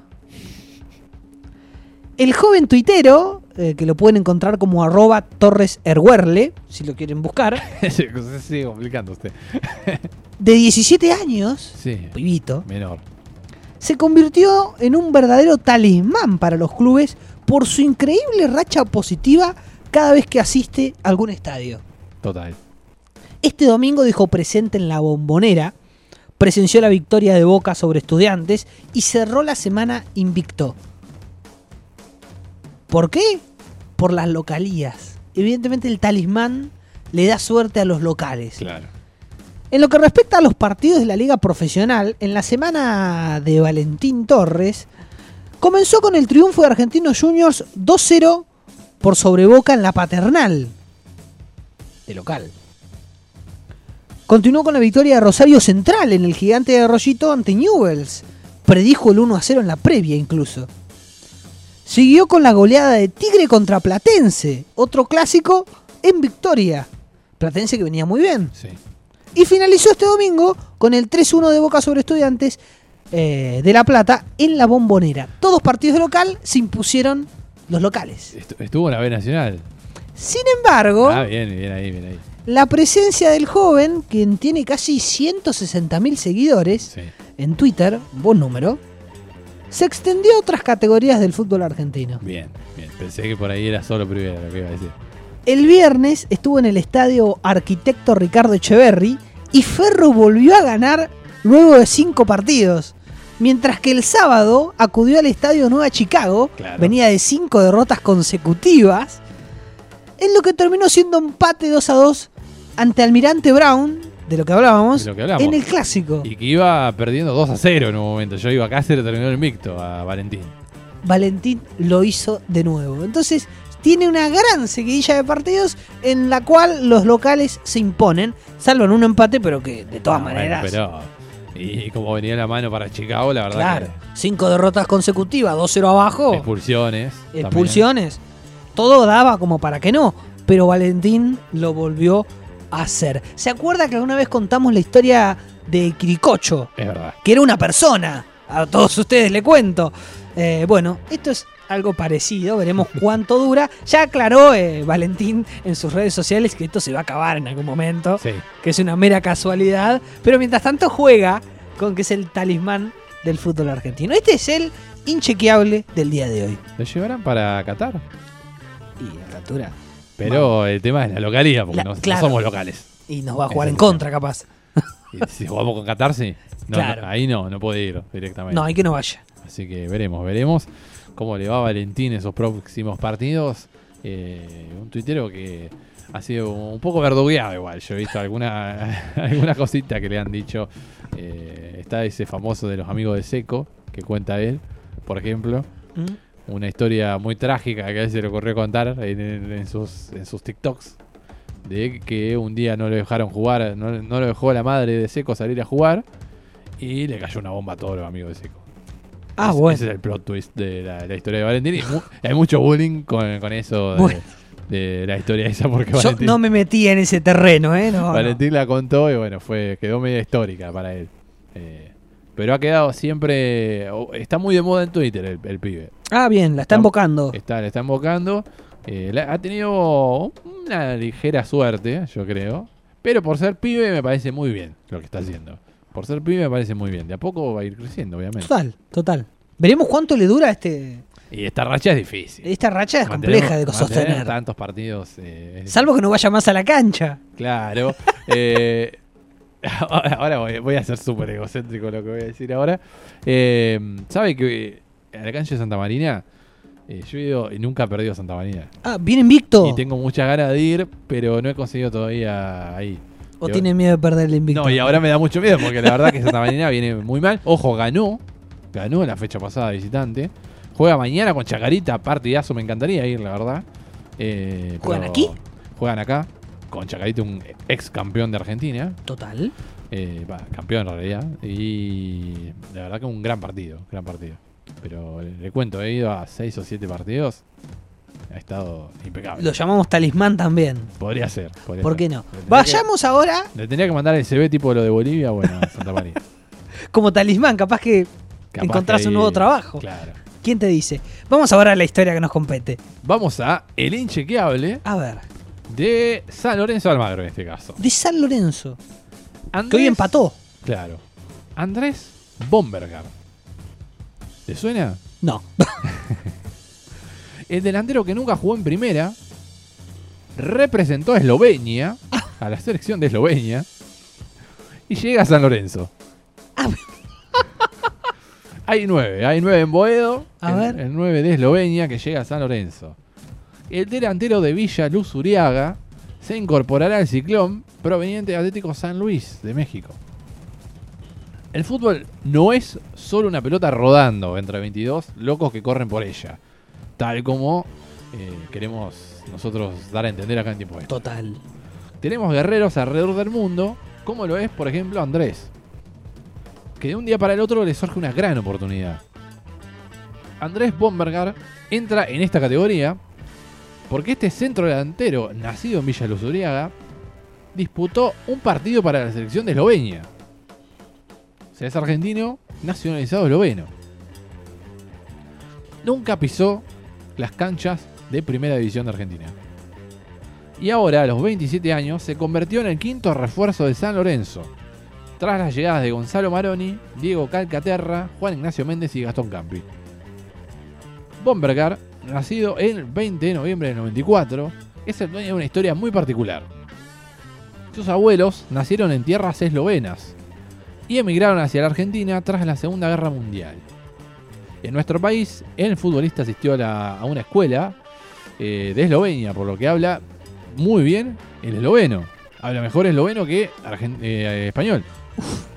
El joven tuitero, eh, que lo pueden encontrar como arroba Torres Erhuerle, si lo quieren buscar, Se sigue complicando usted. de diecisiete años, Sí. pibito, Menor. se convirtió en un verdadero talismán para los clubes por su increíble racha positiva cada vez que asiste a algún estadio. Total. Este domingo dejó presente en la Bombonera presenció la victoria de Boca sobre Estudiantes y cerró la semana invicto. ¿Por qué? Por las localías. Evidentemente el talismán le da suerte a los locales. Claro. En lo que respecta a los partidos de la liga profesional, en la semana de Valentín Torres, comenzó con el triunfo de Argentinos Juniors dos cero por sobre Boca en la Paternal, de local. Continuó con la victoria de Rosario Central en el Gigante de Arroyito ante Newell's. Predijo el uno a cero en la previa incluso. Siguió con la goleada de Tigre contra Platense, otro clásico en victoria. Platense que venía muy bien. Sí. Y finalizó este domingo con el tres uno de Boca sobre Estudiantes eh, de La Plata en la Bombonera. Todos partidos de local se impusieron los locales. Estuvo en la B Nacional. Sin embargo, Ah, bien, bien ahí, bien ahí. la presencia del joven, quien tiene casi ciento sesenta mil seguidores Sí. en Twitter, buen número, se extendió a otras categorías del fútbol argentino. Bien, bien. Pensé que por ahí era solo primero lo que iba a decir. El viernes estuvo en el estadio Arquitecto Ricardo Echeverri y Ferro volvió a ganar luego de cinco partidos. Mientras que el sábado acudió al estadio Nueva Chicago, Claro. venía de cinco derrotas consecutivas, en lo que terminó siendo empate dos a dos ante Almirante Brown, de lo que hablábamos, De lo que hablamos. en el Clásico. Y que iba perdiendo dos a cero en un momento. Yo iba a Cáceres, terminó el invicto a Valentín. Valentín lo hizo de nuevo. Entonces tiene una gran seguidilla de partidos en la cual los locales se imponen, salvo en un empate, pero que de todas Ah, bueno, maneras... pero, y como venía la mano para Chicago, la verdad Claro, cinco derrotas consecutivas, dos cero abajo, que expulsiones. expulsiones, todo daba como para que no, pero Valentín lo volvió a hacer. ¿Se acuerda que alguna vez contamos la historia de Quiricocho? también. Es verdad. Que era una persona, a todos ustedes le cuento. Eh, bueno, esto es algo parecido, veremos cuánto dura. Ya aclaró eh, Valentín en sus redes sociales que esto se va a acabar en algún momento, Sí. que es una mera casualidad, pero mientras tanto juega con que es el talismán del fútbol argentino. Este es el inchequeable del día de hoy. ¿Lo llevarán para Qatar? Y a la altura. Pero el tema es la localidad, porque La- no, no claro. somos locales. Y nos va a jugar Es en el contra, capaz. Y si jugamos con Qatar, sí. No, Claro. no, ahí no, no puede ir directamente. No, hay que no vaya. Así que veremos, veremos cómo le va a Valentín esos próximos partidos. Eh, un tuitero que ha sido un poco verdugueado igual. Yo he visto alguna, alguna cosita que le han dicho. Eh, está ese famoso de los amigos de Seco, que cuenta él, por ejemplo. ¿Mm? Una historia muy trágica que a él se le ocurrió contar en, en- en sus, en sus TikToks. De que un día no lo dejaron jugar, no, no lo dejó la madre de Seco salir a jugar. Y le cayó una bomba a todos los amigos de Seco. Ah, Ese- bueno. Ese es el plot twist de la, la historia de Valentín. Y mu- hay mucho bullying con, con eso de, Bueno. de la historia esa, porque Yo Valentín, no me metí en ese terreno, ¿eh? No, no. Valentín la contó y bueno, fue quedó media histórica para él. Eh, pero ha quedado siempre... o- Está muy de moda en Twitter el, el pibe. Ah, bien, la está Está- invocando. Está, le está invocando. Eh, la- ha tenido una ligera suerte, yo creo. Pero por ser pibe me parece muy bien lo que está haciendo. Por ser pibe me parece muy bien. De a poco va a ir creciendo, obviamente. Total, total. Veremos cuánto le dura este. Y esta racha es difícil. Esta racha es Mantener- compleja de mantener sostener. tantos partidos. eh, es- Salvo que no vaya más a la cancha. Claro. eh, ahora voy, voy a ser súper egocéntrico lo que voy a decir ahora. Eh, ¿Sabe que a la cancha de Santa Marina? eh, yo he ido y nunca he perdido Santa Marina. Ah, bien invicto. Y tengo muchas ganas de ir, pero no he conseguido todavía ahí. ¿O Y- tiene miedo de perder el invicto? No, y ahora me da mucho miedo porque la verdad que Santa Marina viene muy mal. Ojo, ganó. Ganó la fecha pasada visitante. Juega mañana con Chacarita, partidazo, me encantaría ir, la verdad. Eh, ¿Juegan pero aquí? Juegan acá, con Chacarita, un ex campeón de Argentina. Total. Eh, va, campeón en realidad. Y la verdad que un gran partido, gran partido. Pero le, le cuento, he ido a seis o siete partidos. Ha estado impecable. Lo llamamos talismán también. Podría ser. podría ¿Por ser. qué no? Le tendría Vayamos ahora que- le tendría que mandar el C V tipo lo de Bolivia, bueno, a Santa Marina. como talismán. Capaz que Capaz encontrás que un ahí- nuevo trabajo. Claro. ¿Quién te dice? Vamos ahora a la historia que nos compete. Vamos a el inchequeable A ver. de San Lorenzo Almagro en este caso. De San Lorenzo. Andrés, Que hoy empató. Claro. Andrés Bombergar. ¿Te suena? No. El delantero que nunca jugó en primera representó a Eslovenia, a la selección de Eslovenia, y llega a San Lorenzo. Ah, Hay nueve, hay nueve en Boedo, A el, ver. el nueve de Eslovenia que llega a San Lorenzo. El delantero de Villa Luz Uriaga se incorporará al Ciclón proveniente de Atlético San Luis de México. El fútbol no es solo una pelota rodando entre veintidós locos que corren por ella, tal como eh, queremos nosotros dar a entender acá en Tiempo Extra. Total. Tenemos guerreros alrededor del mundo, como lo es, por ejemplo, Andrés, que de un día para el otro le surge una gran oportunidad. Andrés Bombergar entra en esta categoría porque este centro delantero, nacido en Villa Luz Uriaga, disputó un partido para la selección de Eslovenia. O sea, es argentino, nacionalizado esloveno. Nunca pisó las canchas de Primera División de Argentina. Y ahora, a los veintisiete años, se convirtió en el quinto refuerzo de San Lorenzo, tras las llegadas de Gonzalo Maroni, Diego Calcaterra, Juan Ignacio Méndez y Gastón Campi. Bombergar, nacido el veinte de noviembre del noventa y cuatro, es el dueño de una historia muy particular. Sus abuelos nacieron en tierras eslovenas y emigraron hacia la Argentina tras la Segunda Guerra Mundial. En nuestro país, el futbolista asistió a, la, a una escuela eh, de Eslovenia, por lo que habla muy bien el esloveno. Habla mejor esloveno que argent- eh, español. Uf.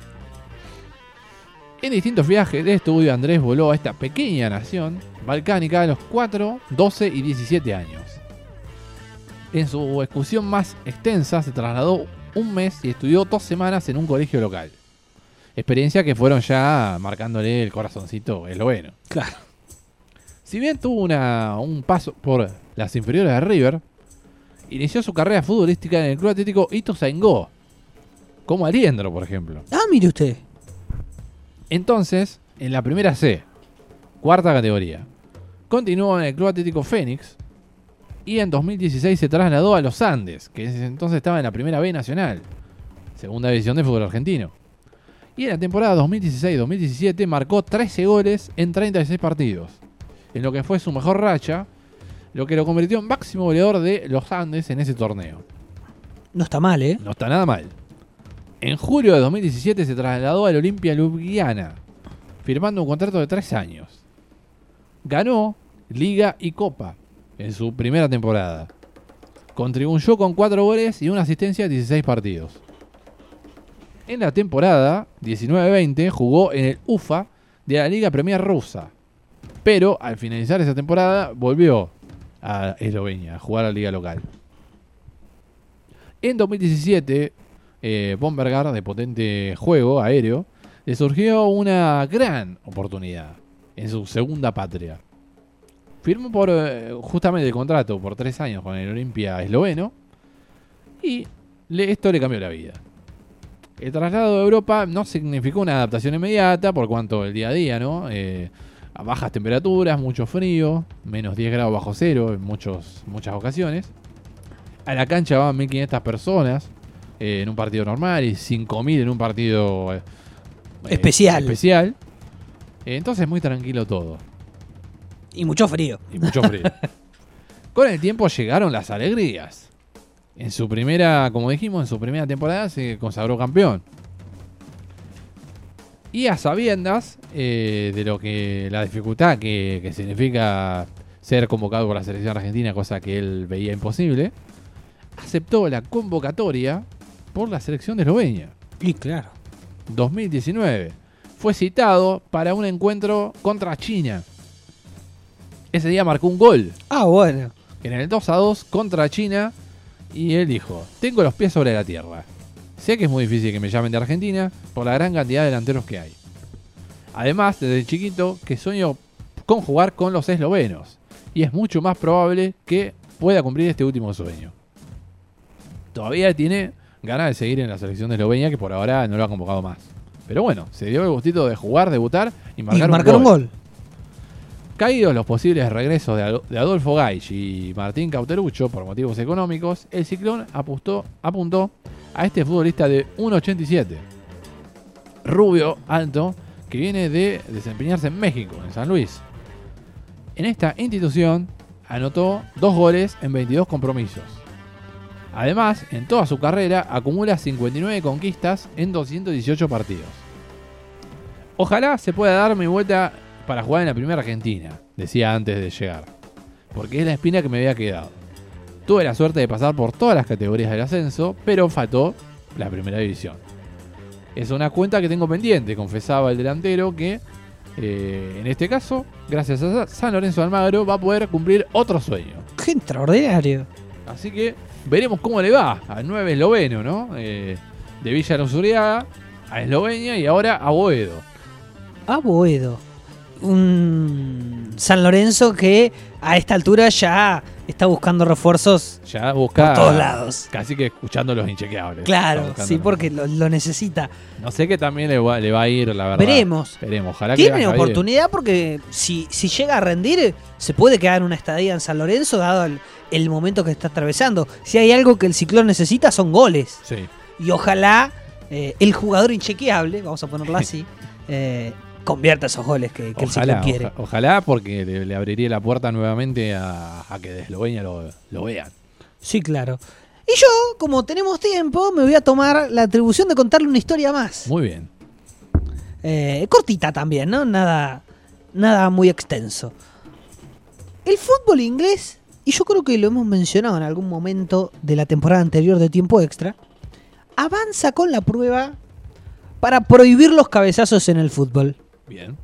En distintos viajes de estudio, Andrés voló a esta pequeña nación balcánica a los cuatro, doce y diecisiete años. En su excursión más extensa se trasladó un mes y estudió dos semanas en un colegio local. Experiencia que fueron ya marcándole el corazoncito esloveno. Claro. Si bien tuvo una, un paso por las inferiores de River, inició su carrera futbolística en el Club Atlético Ituzaingó, como Aliendro, por ejemplo. Ah, mire usted. Entonces, en la primera C, cuarta categoría, continuó en el Club Atlético Fénix y en dos mil dieciséis se trasladó a los Andes, que en ese entonces estaba en la primera B nacional, segunda división de fútbol argentino. Y en la temporada dos mil dieciséis dos mil diecisiete marcó trece goles en treinta y seis partidos, en lo que fue su mejor racha, lo que lo convirtió en máximo goleador de los Andes en ese torneo. No está mal, ¿eh? No está nada mal. En julio de dos mil diecisiete se trasladó al Olimpia Ljubljana, firmando un contrato de tres años. Ganó Liga y Copa en su primera temporada. Contribuyó con cuatro goles y una asistencia en dieciséis partidos. En la temporada diecinueve veinte jugó en el U F A de la Liga Premier rusa, pero al finalizar esa temporada volvió a Eslovenia a jugar a la liga local. En dos mil diecisiete, eh, Bombergar, de potente juego aéreo, le surgió una gran oportunidad en su segunda patria. Firmó por eh, justamente el contrato por tres años con el Olimpia esloveno y le, esto le cambió la vida. El traslado de Europa no significó una adaptación inmediata por cuanto el día a día, ¿no? Eh, a bajas temperaturas, mucho frío, menos diez grados bajo cero en muchos, muchas ocasiones. A la cancha van mil quinientas personas eh, en un partido normal y cinco mil en un partido eh, especial. especial. Eh, entonces muy tranquilo todo. Y mucho frío. Y mucho frío. Con el tiempo llegaron las alegrías. En su primera, como dijimos, en su primera temporada se consagró campeón. Y a sabiendas eh, de lo que la dificultad que, que significa ser convocado por la selección argentina, cosa que él veía imposible, aceptó la convocatoria por la selección de Eslovenia. Y claro. dos mil diecinueve. Fue citado para un encuentro contra China. Ese día marcó un gol. Ah, bueno. En el dos a dos contra China. Y él dijo: tengo los pies sobre la tierra. Sé que es muy difícil que me llamen de Argentina por la gran cantidad de delanteros que hay. Además, desde chiquito que sueño con jugar con los eslovenos. Y es mucho más probable que pueda cumplir este último sueño. Todavía tiene ganas de seguir en la selección de Eslovenia, que por ahora no lo ha convocado más. Pero bueno, se dio el gustito de jugar, debutar y marcar, y marcar un, un gol. gol. Caídos los posibles regresos de, de Adolfo Gaich y Martín Cauterucho por motivos económicos, el Ciclón apostó, apuntó a este futbolista de uno ochenta y siete, rubio, alto, que viene de desempeñarse en México, en San Luis. En esta institución anotó dos goles en veintidós compromisos. Además, en toda su carrera acumula cincuenta y nueve conquistas en doscientos dieciocho partidos. Ojalá se pueda dar mi vuelta para jugar en la primera Argentina, decía antes de llegar. Porque es la espina que me había quedado. Tuve la suerte de pasar por todas las categorías del ascenso, pero faltó la primera división. Es una cuenta que tengo pendiente, confesaba el delantero, que eh, en este caso, gracias a San Lorenzo de Almagro, va a poder cumplir otro sueño. ¡Qué extraordinario! Así que veremos cómo le va al nueve esloveno, ¿no? Eh, de Villa Luzuriaga a Eslovenia y ahora a Boedo. A Boedo. Un San Lorenzo que a esta altura ya está buscando refuerzos ya busca, por todos lados. Casi que escuchando los inchequeables. Claro, sí, porque lo, lo necesita. No sé qué también le va, le va a ir, la verdad. Veremos. Veremos. Ojalá Tiene que oportunidad porque si, si llega a rendir, se puede quedar una estadía en San Lorenzo, dado el, el momento que está atravesando. Si hay algo que el Ciclón necesita, son goles. Sí. Y ojalá eh, el jugador inchequeable, vamos a ponerlo así, eh, convierta esos goles que, que ojalá, el Ciclón quiere. Oja, ojalá, porque le, le abriría la puerta nuevamente a, a que de Eslovenia lo, lo vean. Sí, claro. Y yo, como tenemos tiempo, me voy a tomar la atribución de contarle una historia más. Muy bien. Eh, cortita también, ¿no? Nada, nada muy extenso. El fútbol inglés, y yo creo que lo hemos mencionado en algún momento de la temporada anterior de Tiempo Extra, avanza con la prueba para prohibir los cabezazos en el fútbol. Bien.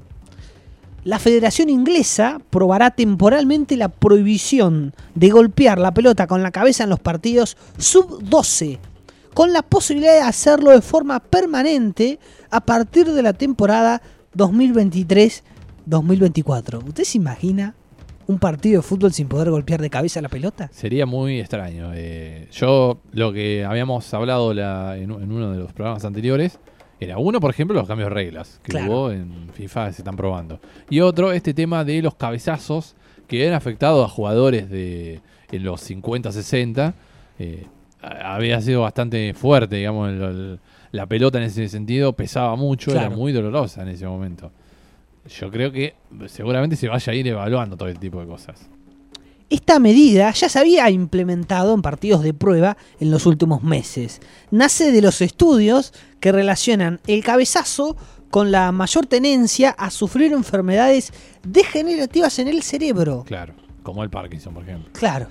La Federación Inglesa probará temporalmente la prohibición de golpear la pelota con la cabeza en los partidos sub doce, con la posibilidad de hacerlo de forma permanente a partir de la temporada dos mil veintitrés dos mil veinticuatro. ¿Usted se imagina un partido de fútbol sin poder golpear de cabeza la pelota? Sería muy extraño. Eh, yo, lo que habíamos hablado la, en, en uno de los programas anteriores, era uno, por ejemplo, los cambios de reglas que claro. hubo en FIFA, se están probando. Y otro, este tema de los cabezazos que han afectado a jugadores de en los cincuenta, sesenta. Eh, había sido bastante fuerte, digamos, el, el, la pelota en ese sentido pesaba mucho, claro. Era muy dolorosa en ese momento. Yo creo que seguramente se vaya a ir evaluando todo el tipo de cosas. Esta medida ya se había implementado en partidos de prueba en los últimos meses. Nace de los estudios que relacionan el cabezazo con la mayor tendencia a sufrir enfermedades degenerativas en el cerebro. Claro, como el Parkinson, por ejemplo. Claro.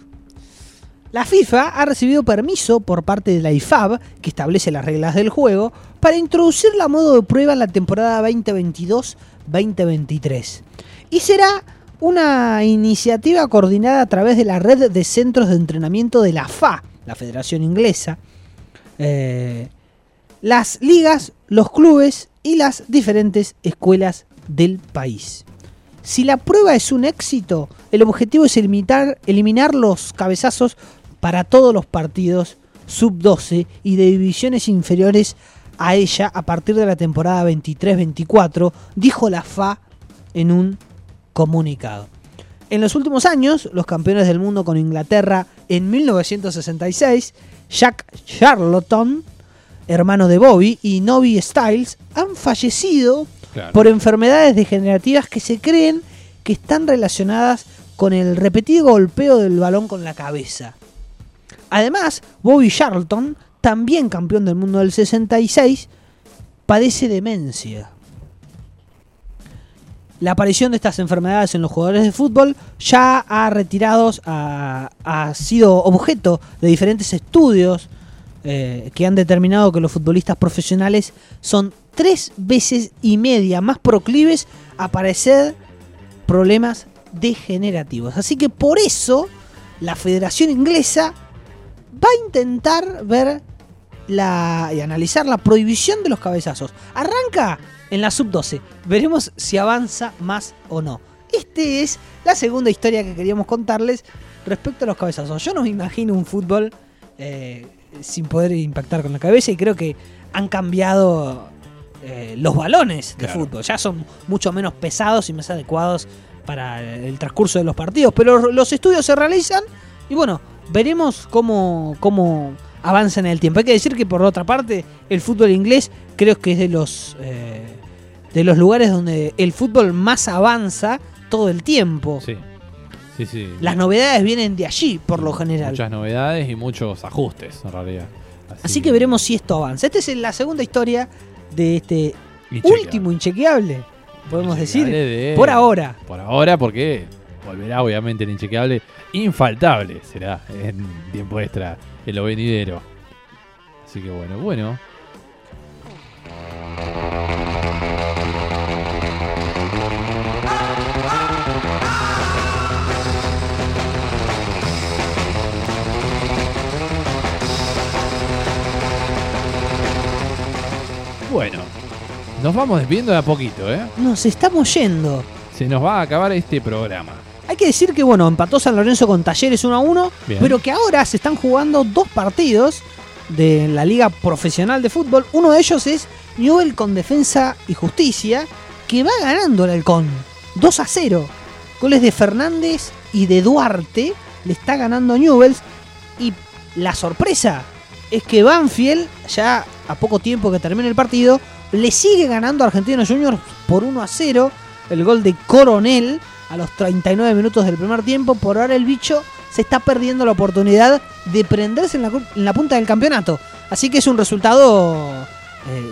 La FIFA ha recibido permiso por parte de la I F A B, que establece las reglas del juego, para introducirla a modo de prueba en la temporada veinte veintidós veinte veintitrés. Y será una iniciativa coordinada a través de la red de centros de entrenamiento de la F A, la Federación Inglesa, eh, las ligas, los clubes y las diferentes escuelas del país. Si la prueba es un éxito, el objetivo es eliminar, eliminar los cabezazos para todos los partidos sub doce y de divisiones inferiores a ella a partir de la temporada veintitrés veinticuatro, dijo la F A en un comunicado. En los últimos años, los campeones del mundo con Inglaterra en mil novecientos sesenta y seis, Jack Charlton, hermano de Bobby, y Nobby Stiles han fallecido claro. por enfermedades degenerativas que se creen que están relacionadas con el repetido golpeo del balón con la cabeza. Además, Bobby Charlton, también campeón del mundo del sesenta y seis, padece demencia. La aparición de estas enfermedades en los jugadores de fútbol ya ha retirado, ha, ha sido objeto de diferentes estudios eh, que han determinado que los futbolistas profesionales son tres veces y media más proclives a padecer problemas degenerativos. Así que por eso la Federación Inglesa va a intentar ver la, y analizar la prohibición de los cabezazos. Arranca en la sub doce. Veremos si avanza más o no. Esta es la segunda historia que queríamos contarles respecto a los cabezazos. Yo no me imagino un fútbol eh, sin poder impactar con la cabeza, y creo que han cambiado eh, los balones de claro. fútbol. Ya son mucho menos pesados y más adecuados para el transcurso de los partidos. Pero los estudios se realizan y bueno, veremos cómo, cómo avanza en el tiempo. Hay que decir que por otra parte el fútbol inglés creo que es de los eh, de los lugares donde el fútbol más avanza todo el tiempo. Sí, sí, sí. Las novedades vienen de allí, por lo general. Muchas novedades y muchos ajustes, en realidad. Así, Así que veremos si esto avanza. Esta es la segunda historia de este Inchequeable. último inchequeable, podemos decir, Inchequeable de- por ahora. Por ahora, porque volverá obviamente el inchequeable. Infaltable será en tiempo extra en lo venidero. Así que bueno, bueno. Bueno, nos vamos despidiendo de a poquito, ¿eh? Nos estamos yendo. Se nos va a acabar este programa. Hay que decir que, bueno, empató San Lorenzo con Talleres uno a uno, Bien. pero que ahora se están jugando dos partidos de la Liga Profesional de Fútbol. Uno de ellos es Newell con Defensa y Justicia, que va ganando el Halcón dos a cero. Goles de Fernández y de Duarte, le está ganando Newell's. Y la sorpresa es que Banfield, ya a poco tiempo que termine el partido, le sigue ganando a Argentinos Juniors por uno a cero. El gol de Coronel a los treinta y nueve minutos del primer tiempo. Por ahora el bicho se está perdiendo la oportunidad de prenderse en la, en la punta del campeonato. Así que es un resultado... Eh,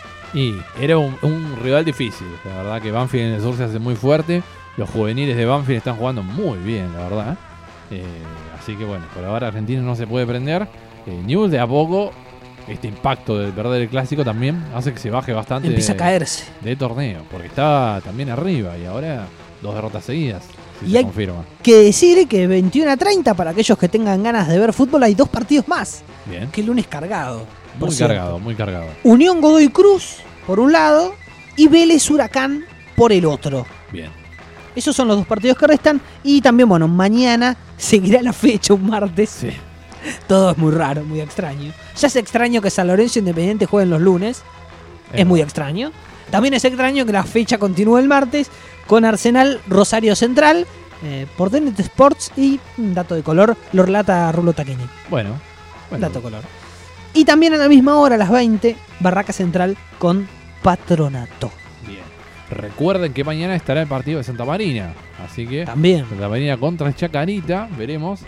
Y era un, un rival difícil. La verdad que Banfield en el sur se hace muy fuerte. Los juveniles de Banfield están jugando muy bien, la verdad. Eh, así que bueno, por ahora Argentinos no se puede prender. Eh, Newell's de a poco, este impacto de perder el clásico también hace que se baje bastante empieza a de, caerse. de torneo. Porque estaba también arriba y ahora dos derrotas seguidas. Si Y se hay- confirma. Que decir que veintiuno a treinta, para aquellos que tengan ganas de ver fútbol, hay dos partidos más. Bien. Que lunes cargado. por Muy cierto. cargado, muy cargado. Unión Godoy Cruz, por un lado, y Vélez Huracán por el otro. Bien. Esos son los dos partidos que restan. Y también, bueno, mañana seguirá la fecha, un martes. Sí. Todo es muy raro, muy extraño. Ya es extraño que San Lorenzo Independiente jueguen los lunes. Es, Es muy verdad. extraño. También es extraño que la fecha continúe el martes con Arsenal Rosario Central eh, por D N T Sports y un dato de color lo relata Rulo Taquini. Bueno. bueno. Dato de color. Y también a la misma hora, a las veinte, Barraca Central con Patronato. Bien. Recuerden que mañana estará el partido de Santa Marina. Así que También. Santa Marina contra Chacarita. Veremos.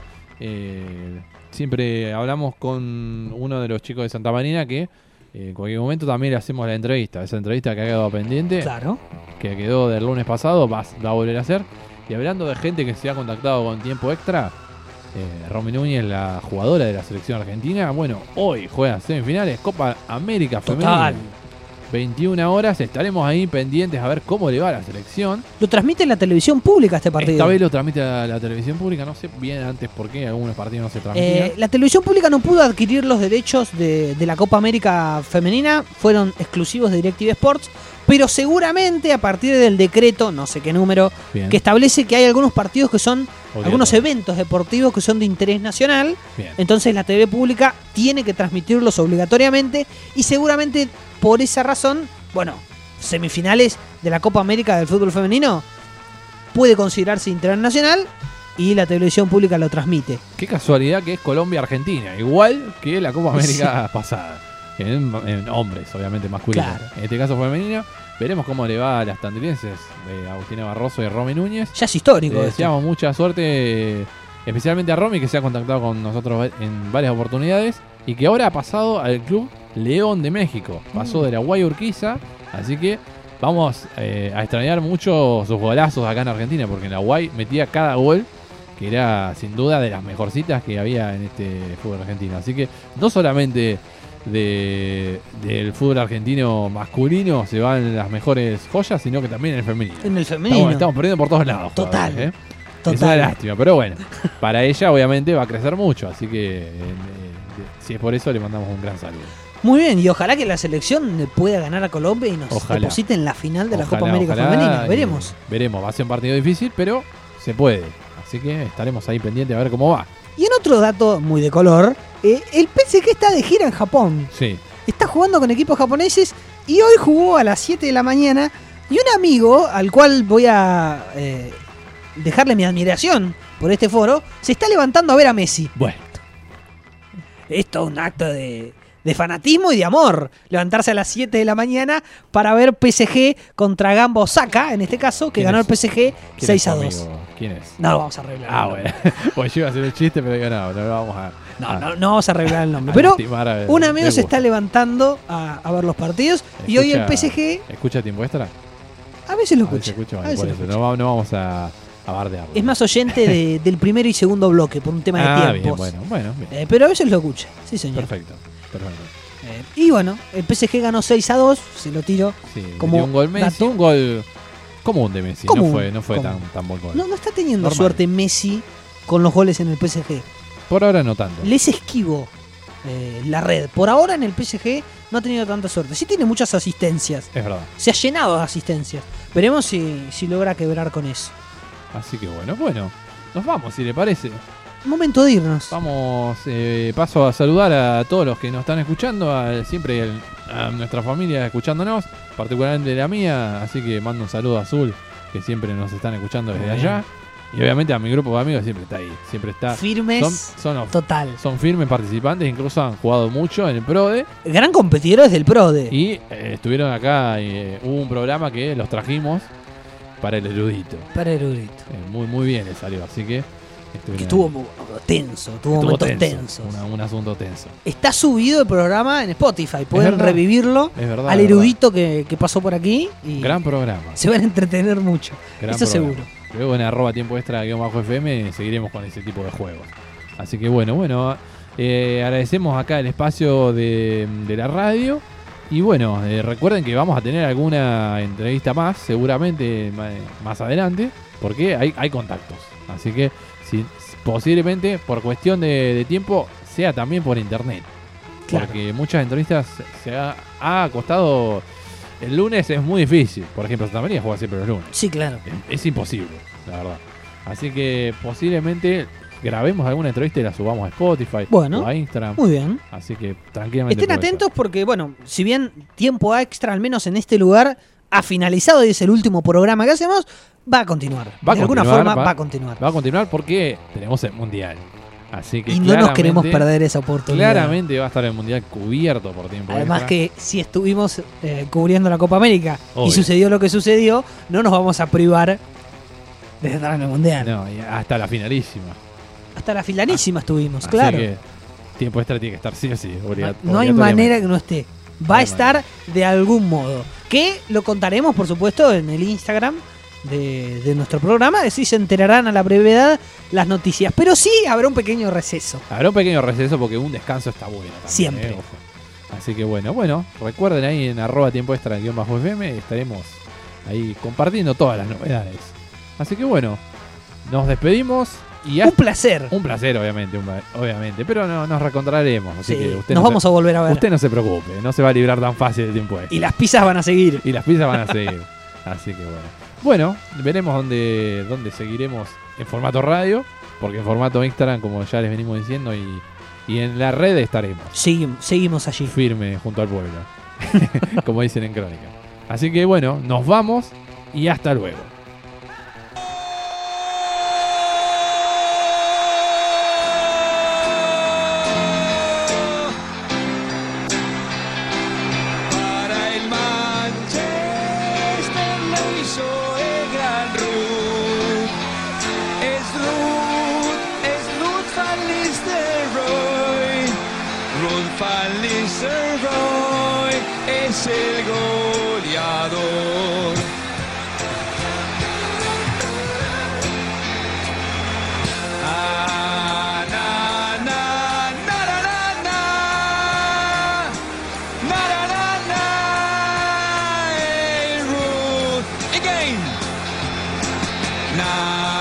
Eh, siempre hablamos con uno de los chicos de Santa Marina que eh, en cualquier momento también le hacemos la entrevista. Esa entrevista que ha quedado pendiente, Claro. que quedó del lunes pasado, va, va a volver a hacer. Y hablando de gente que se ha contactado con tiempo extra, eh, Romy Núñez, la jugadora de la selección argentina, bueno, hoy juega semifinales Copa América Femenina. Total. veintiuna horas, estaremos ahí pendientes a ver cómo le va a la selección. Lo transmite en la televisión pública este partido. Esta vez lo transmite la, la televisión pública, no sé bien antes por qué, algunos partidos no se transmitían. Eh, la televisión pública no pudo adquirir los derechos de, de la Copa América Femenina, fueron exclusivos de DirecTV Sports, pero seguramente a partir del decreto, no sé qué número, Bien. que establece que hay algunos partidos que son, Obligatorio. algunos eventos deportivos que son de interés nacional, Bien. entonces la T V pública tiene que transmitirlos obligatoriamente y seguramente por esa razón, bueno, semifinales de la Copa América del fútbol femenino puede considerarse interés nacional y la televisión pública lo transmite. Qué casualidad que es Colombia-Argentina, igual que la Copa América pasada. En, en hombres, obviamente masculinos. Claro. En este caso femenino. Veremos cómo le va a las tandilienses de Agustina Barroso y Romy Núñez. Ya es histórico. Le esto. deseamos mucha suerte, especialmente a Romy, que se ha contactado con nosotros en varias oportunidades y que ahora ha pasado al club León de México. Pasó de la Guay Urquiza, así que vamos eh, a extrañar mucho sus golazos acá en Argentina, porque en la Guay metía cada gol, que era sin duda de las mejorcitas que había en este fútbol argentino. Así que no solamente de, del fútbol argentino masculino se van las mejores joyas, sino que también en el femenino. En el femenino. Estamos, estamos perdiendo por todos lados. Total, jugadores, ¿eh? total. Es una lástima, pero bueno, para ella obviamente va a crecer mucho, así que eh, eh, si es por eso le mandamos un gran saludo. Muy bien, y ojalá que la selección pueda ganar a Colombia y nos Ojalá. deposite en la final de la Ojalá, Copa América ojalá, Femenina. y Veremos. Veremos, va a ser un partido difícil, pero se puede. Así que estaremos ahí pendientes a ver cómo va. Y en otro dato muy de color, eh, el P S G está de gira en Japón. Sí, Está jugando con equipos japoneses y hoy jugó a las siete de la mañana. Y un amigo, al cual voy a eh, dejarle mi admiración por este foro, se está levantando a ver a Messi. bueno, Esto es un acto de, de fanatismo y de amor. Levantarse a las siete de la mañana para ver P S G contra Gamba Osaka, en este caso, que ganó es? el P S G seis a dos. ¿Quién es? No lo vamos a arreglar. Ah, bueno. Pues yo iba a hacer el chiste, pero digo, no, no lo vamos a... No, a- no, no vamos a arreglar el nombre. a Pero lastimar a- un amigo de se gusto. está levantando a, a ver los partidos y hoy el Escucha- P S G ¿Escucha tiempo extra? a veces lo A ver si escucha. escucha, a vale, veces por lo eso. escucha. No, va- no vamos a, a bardearlo. Es más oyente de- del primero y segundo bloque por un tema ah, de bien, tiempos. bueno, bueno, bien. Eh, pero a veces lo escucha. Sí, señor. Perfecto, perfecto. Eh, y bueno, el P S G ganó seis a dos, se lo tiro. Sí, Como metió un gol Messi, dato- un gol común de Messi. Común, no fue, no fue común. tan, tan buen gol. No, no está teniendo Normal. suerte Messi con los goles en el P S G. Por ahora no tanto. Les esquivo eh, la red. Por ahora en el P S G no ha tenido tanta suerte. Sí tiene muchas asistencias. Es verdad. Se ha llenado de asistencias. Veremos si, si logra quebrar con eso. Así que bueno, bueno. Nos vamos, si le parece. Momento de irnos. Vamos, eh, paso a saludar a todos los que nos están escuchando, a, siempre el- a nuestra familia escuchándonos, particularmente la mía, así que mando un saludo a Azul, que siempre nos están escuchando desde Muy bien. allá, y obviamente a mi grupo de amigos siempre está ahí, siempre está. Firmes. Son, son, of- Total. son firmes participantes, incluso han jugado mucho en el PRODE, Gran competidores del PRODE. y eh, estuvieron acá, eh, hubo un programa que los trajimos para el erudito. Para erudito. Eh, muy, muy bien le salió, así que... estuvieron Que ahí. estuvo mu- tenso, tuvo Estuvo momentos tenso, tensos. una- un asunto tenso. Está subido el programa en Spotify. Pueden verdad. revivirlo Es verdad. al es verdad. erudito que, que pasó por aquí. Y Gran programa. se van a entretener mucho. Gran Eso programa. seguro. Luego en arroba tiempo extra guión bajo F M seguiremos con ese tipo de juegos. Así que bueno, bueno, eh, agradecemos acá el espacio de, de la radio. Y bueno, eh, recuerden que vamos a tener alguna entrevista más, seguramente ma- más adelante, porque hay, hay contactos. Así que si, posiblemente por cuestión de, de tiempo sea también por internet. Claro. Porque muchas entrevistas se ha, ha costado. El lunes es muy difícil. Por ejemplo, Santa María juega siempre los lunes. Sí, claro. Es, es imposible, la verdad. Así que posiblemente grabemos alguna entrevista y la subamos a Spotify Bueno, o a Instagram. Muy bien. Así que tranquilamente. Estén puede ser. atentos porque, bueno, si bien tiempo extra, al menos en este lugar, ha finalizado y es el último programa que hacemos, va a continuar. Va a de alguna continuar, forma va- va a continuar. Va a continuar porque tenemos el mundial. Así que Y no nos queremos claramente- perder esa oportunidad. Claramente va a estar el mundial cubierto por tiempo Además extra. que si estuvimos eh, cubriendo la Copa América Obvio. y sucedió lo que sucedió, no nos vamos a privar de estar en el Mundial. No, y hasta la finalísima. Hasta la filanísima estuvimos, Así claro. que tiempo extra tiene que estar sí o sí. obliga- No hay obligatoriamente. manera que no esté. Va a hay estar de algún modo. Que lo contaremos, por supuesto, en el Instagram de, de nuestro programa. Así se enterarán a la brevedad las noticias. Pero sí habrá un pequeño receso. Habrá un pequeño receso porque un descanso está bueno. también, Siempre. eh, ojo. Así que bueno, bueno, recuerden ahí en arroba tiempo extra guión bajo F M, estaremos ahí compartiendo todas las novedades. Así que bueno, nos despedimos y Un hasta placer. un placer, obviamente, un- obviamente, pero no, nos reencontraremos. Así Sí, que usted nos no vamos se, a volver a ver. usted no se preocupe, no se va a librar tan fácil del tiempo extra. Y las pizzas van a seguir. Y las pizzas van a seguir. Así que bueno. Bueno, veremos dónde, dónde seguiremos en formato radio, porque en formato Instagram, como ya les venimos diciendo, y, y en la red estaremos Seguimos, seguimos allí. firme junto al pueblo, como dicen en Crónica. Así que bueno, nos vamos y hasta luego. Para el Manchester lo hizo el gran Ruth. Es Ruth, es Ruth van Nistelrooy. Ruth van Nistelrooy es el goleador. Ah, na, na, na, na, na, na. Na na na na, hey Ruth, again. Na